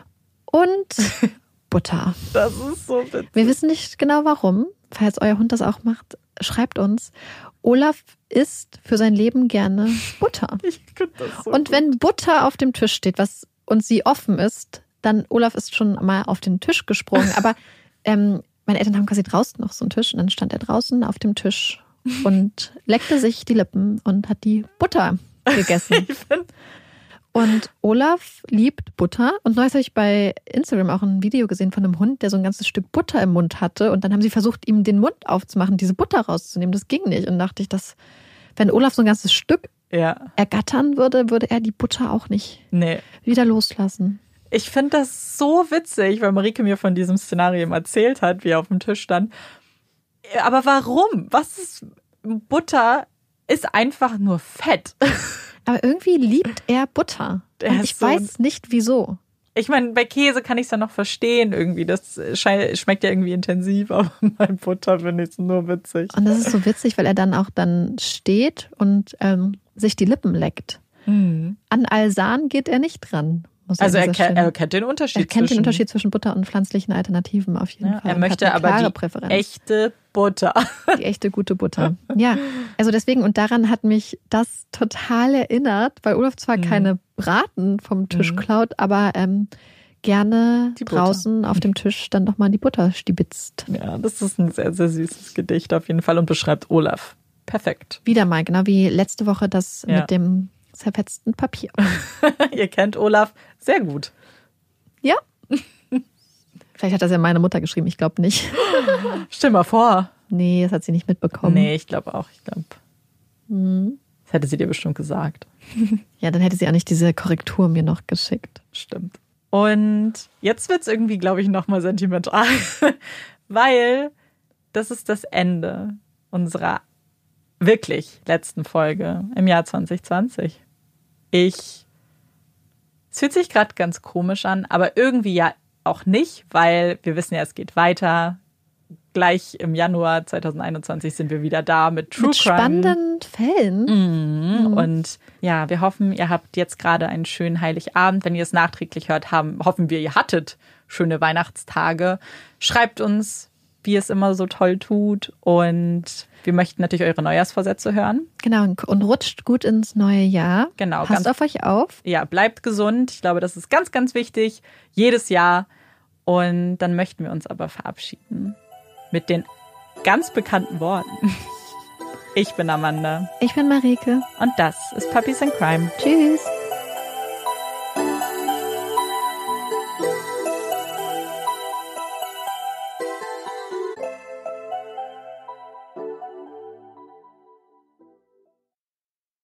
Und Butter.
Das ist so witzig.
Wir wissen nicht genau warum. Falls euer Hund das auch macht, schreibt uns. Olaf isst für sein Leben gerne Butter.
Ich finde das so
Und
gut.
wenn Butter auf dem Tisch steht, was und sie offen ist, dann Olaf ist schon mal auf den Tisch gesprungen. Aber ähm, meine Eltern haben quasi draußen noch so einen Tisch und dann stand er draußen auf dem Tisch und leckte sich die Lippen und hat die Butter gegessen.
Ich find,
Und Olaf liebt Butter. Und neulich habe ich bei Instagram auch ein Video gesehen von einem Hund, der so ein ganzes Stück Butter im Mund hatte. Und dann haben sie versucht, ihm den Mund aufzumachen, diese Butter rauszunehmen. Das ging nicht. Und dachte ich, dass, wenn Olaf so ein ganzes Stück
ja,
ergattern würde, würde er die Butter auch nicht
nee.
wieder loslassen.
Ich finde das so witzig, weil Marike mir von diesem Szenario erzählt hat, wie er auf dem Tisch stand. Aber warum? Was ist Butter? Ist einfach nur Fett.
Aber irgendwie liebt er Butter.
Der
Und
ist
ich
so ein-
weiß nicht, wieso.
Ich meine, bei Käse kann ich es ja noch verstehen irgendwie. Das schei- schmeckt ja irgendwie intensiv, aber bei Butter finde ich es nur witzig.
Und das ist so witzig, weil er dann auch dann steht und ähm, sich die Lippen leckt.
Mhm.
An Alsan geht er nicht dran. Muss
Also
an
er,
dieser
kennt-
Stelle.
er kennt den Unterschied
Er kennt
zwischen...
den Unterschied zwischen Butter und pflanzlichen Alternativen auf jeden
Ja,
Fall.
er
und
möchte
hat eine
aber
klare
die
Präferenz.
echte Butter.
Die echte gute Butter. Ja, also deswegen, und daran hat mich das total erinnert, weil Olaf zwar
Mhm.
keine Braten vom Tisch
Mhm.
klaut, aber ähm, gerne
Die Butter.
draußen auf dem Tisch dann nochmal die Butter stibitzt.
Ja, das ist ein sehr, sehr süßes Gedicht auf jeden Fall und beschreibt Olaf. Perfekt.
Wieder mal, genau wie letzte Woche das
Ja.
mit dem zerfetzten Papier.
Ihr kennt Olaf sehr gut.
Ja. Vielleicht hat das ja meine Mutter geschrieben, ich glaube nicht.
Stell mal vor.
Nee, das hat sie nicht mitbekommen.
Nee, ich glaube auch. Ich glaube,
Mhm.
das hätte sie dir bestimmt gesagt.
Ja, dann hätte sie auch nicht diese Korrektur mir noch geschickt.
Stimmt. Und jetzt wird es irgendwie, glaube ich, nochmal sentimental, weil das ist das Ende unserer wirklich letzten Folge im Jahr zwanzig zwanzig. Ich, es fühlt sich gerade ganz komisch an, aber irgendwie ja auch nicht, weil wir wissen ja, es geht weiter. Gleich im Januar zwanzig einundzwanzig sind wir wieder da mit True
Mit
Crime.
spannenden Fällen.
Mhm.
Mhm.
Und ja, wir hoffen, ihr habt jetzt gerade einen schönen Heiligabend. Wenn ihr es nachträglich hört, haben, hoffen wir, ihr hattet schöne Weihnachtstage. Schreibt uns, wie es immer so toll tut. Und wir möchten natürlich eure Neujahrsvorsätze hören.
Genau, und rutscht gut ins neue Jahr.
Genau,
Passt
ganz-
auf euch auf.
Ja, bleibt gesund. Ich glaube, das ist ganz, ganz wichtig. Jedes Jahr. Und dann möchten wir uns aber verabschieden mit den ganz bekannten Worten. Ich bin Amanda
Ich bin Marike.
und das ist Puppies in Crime.
Tschüss.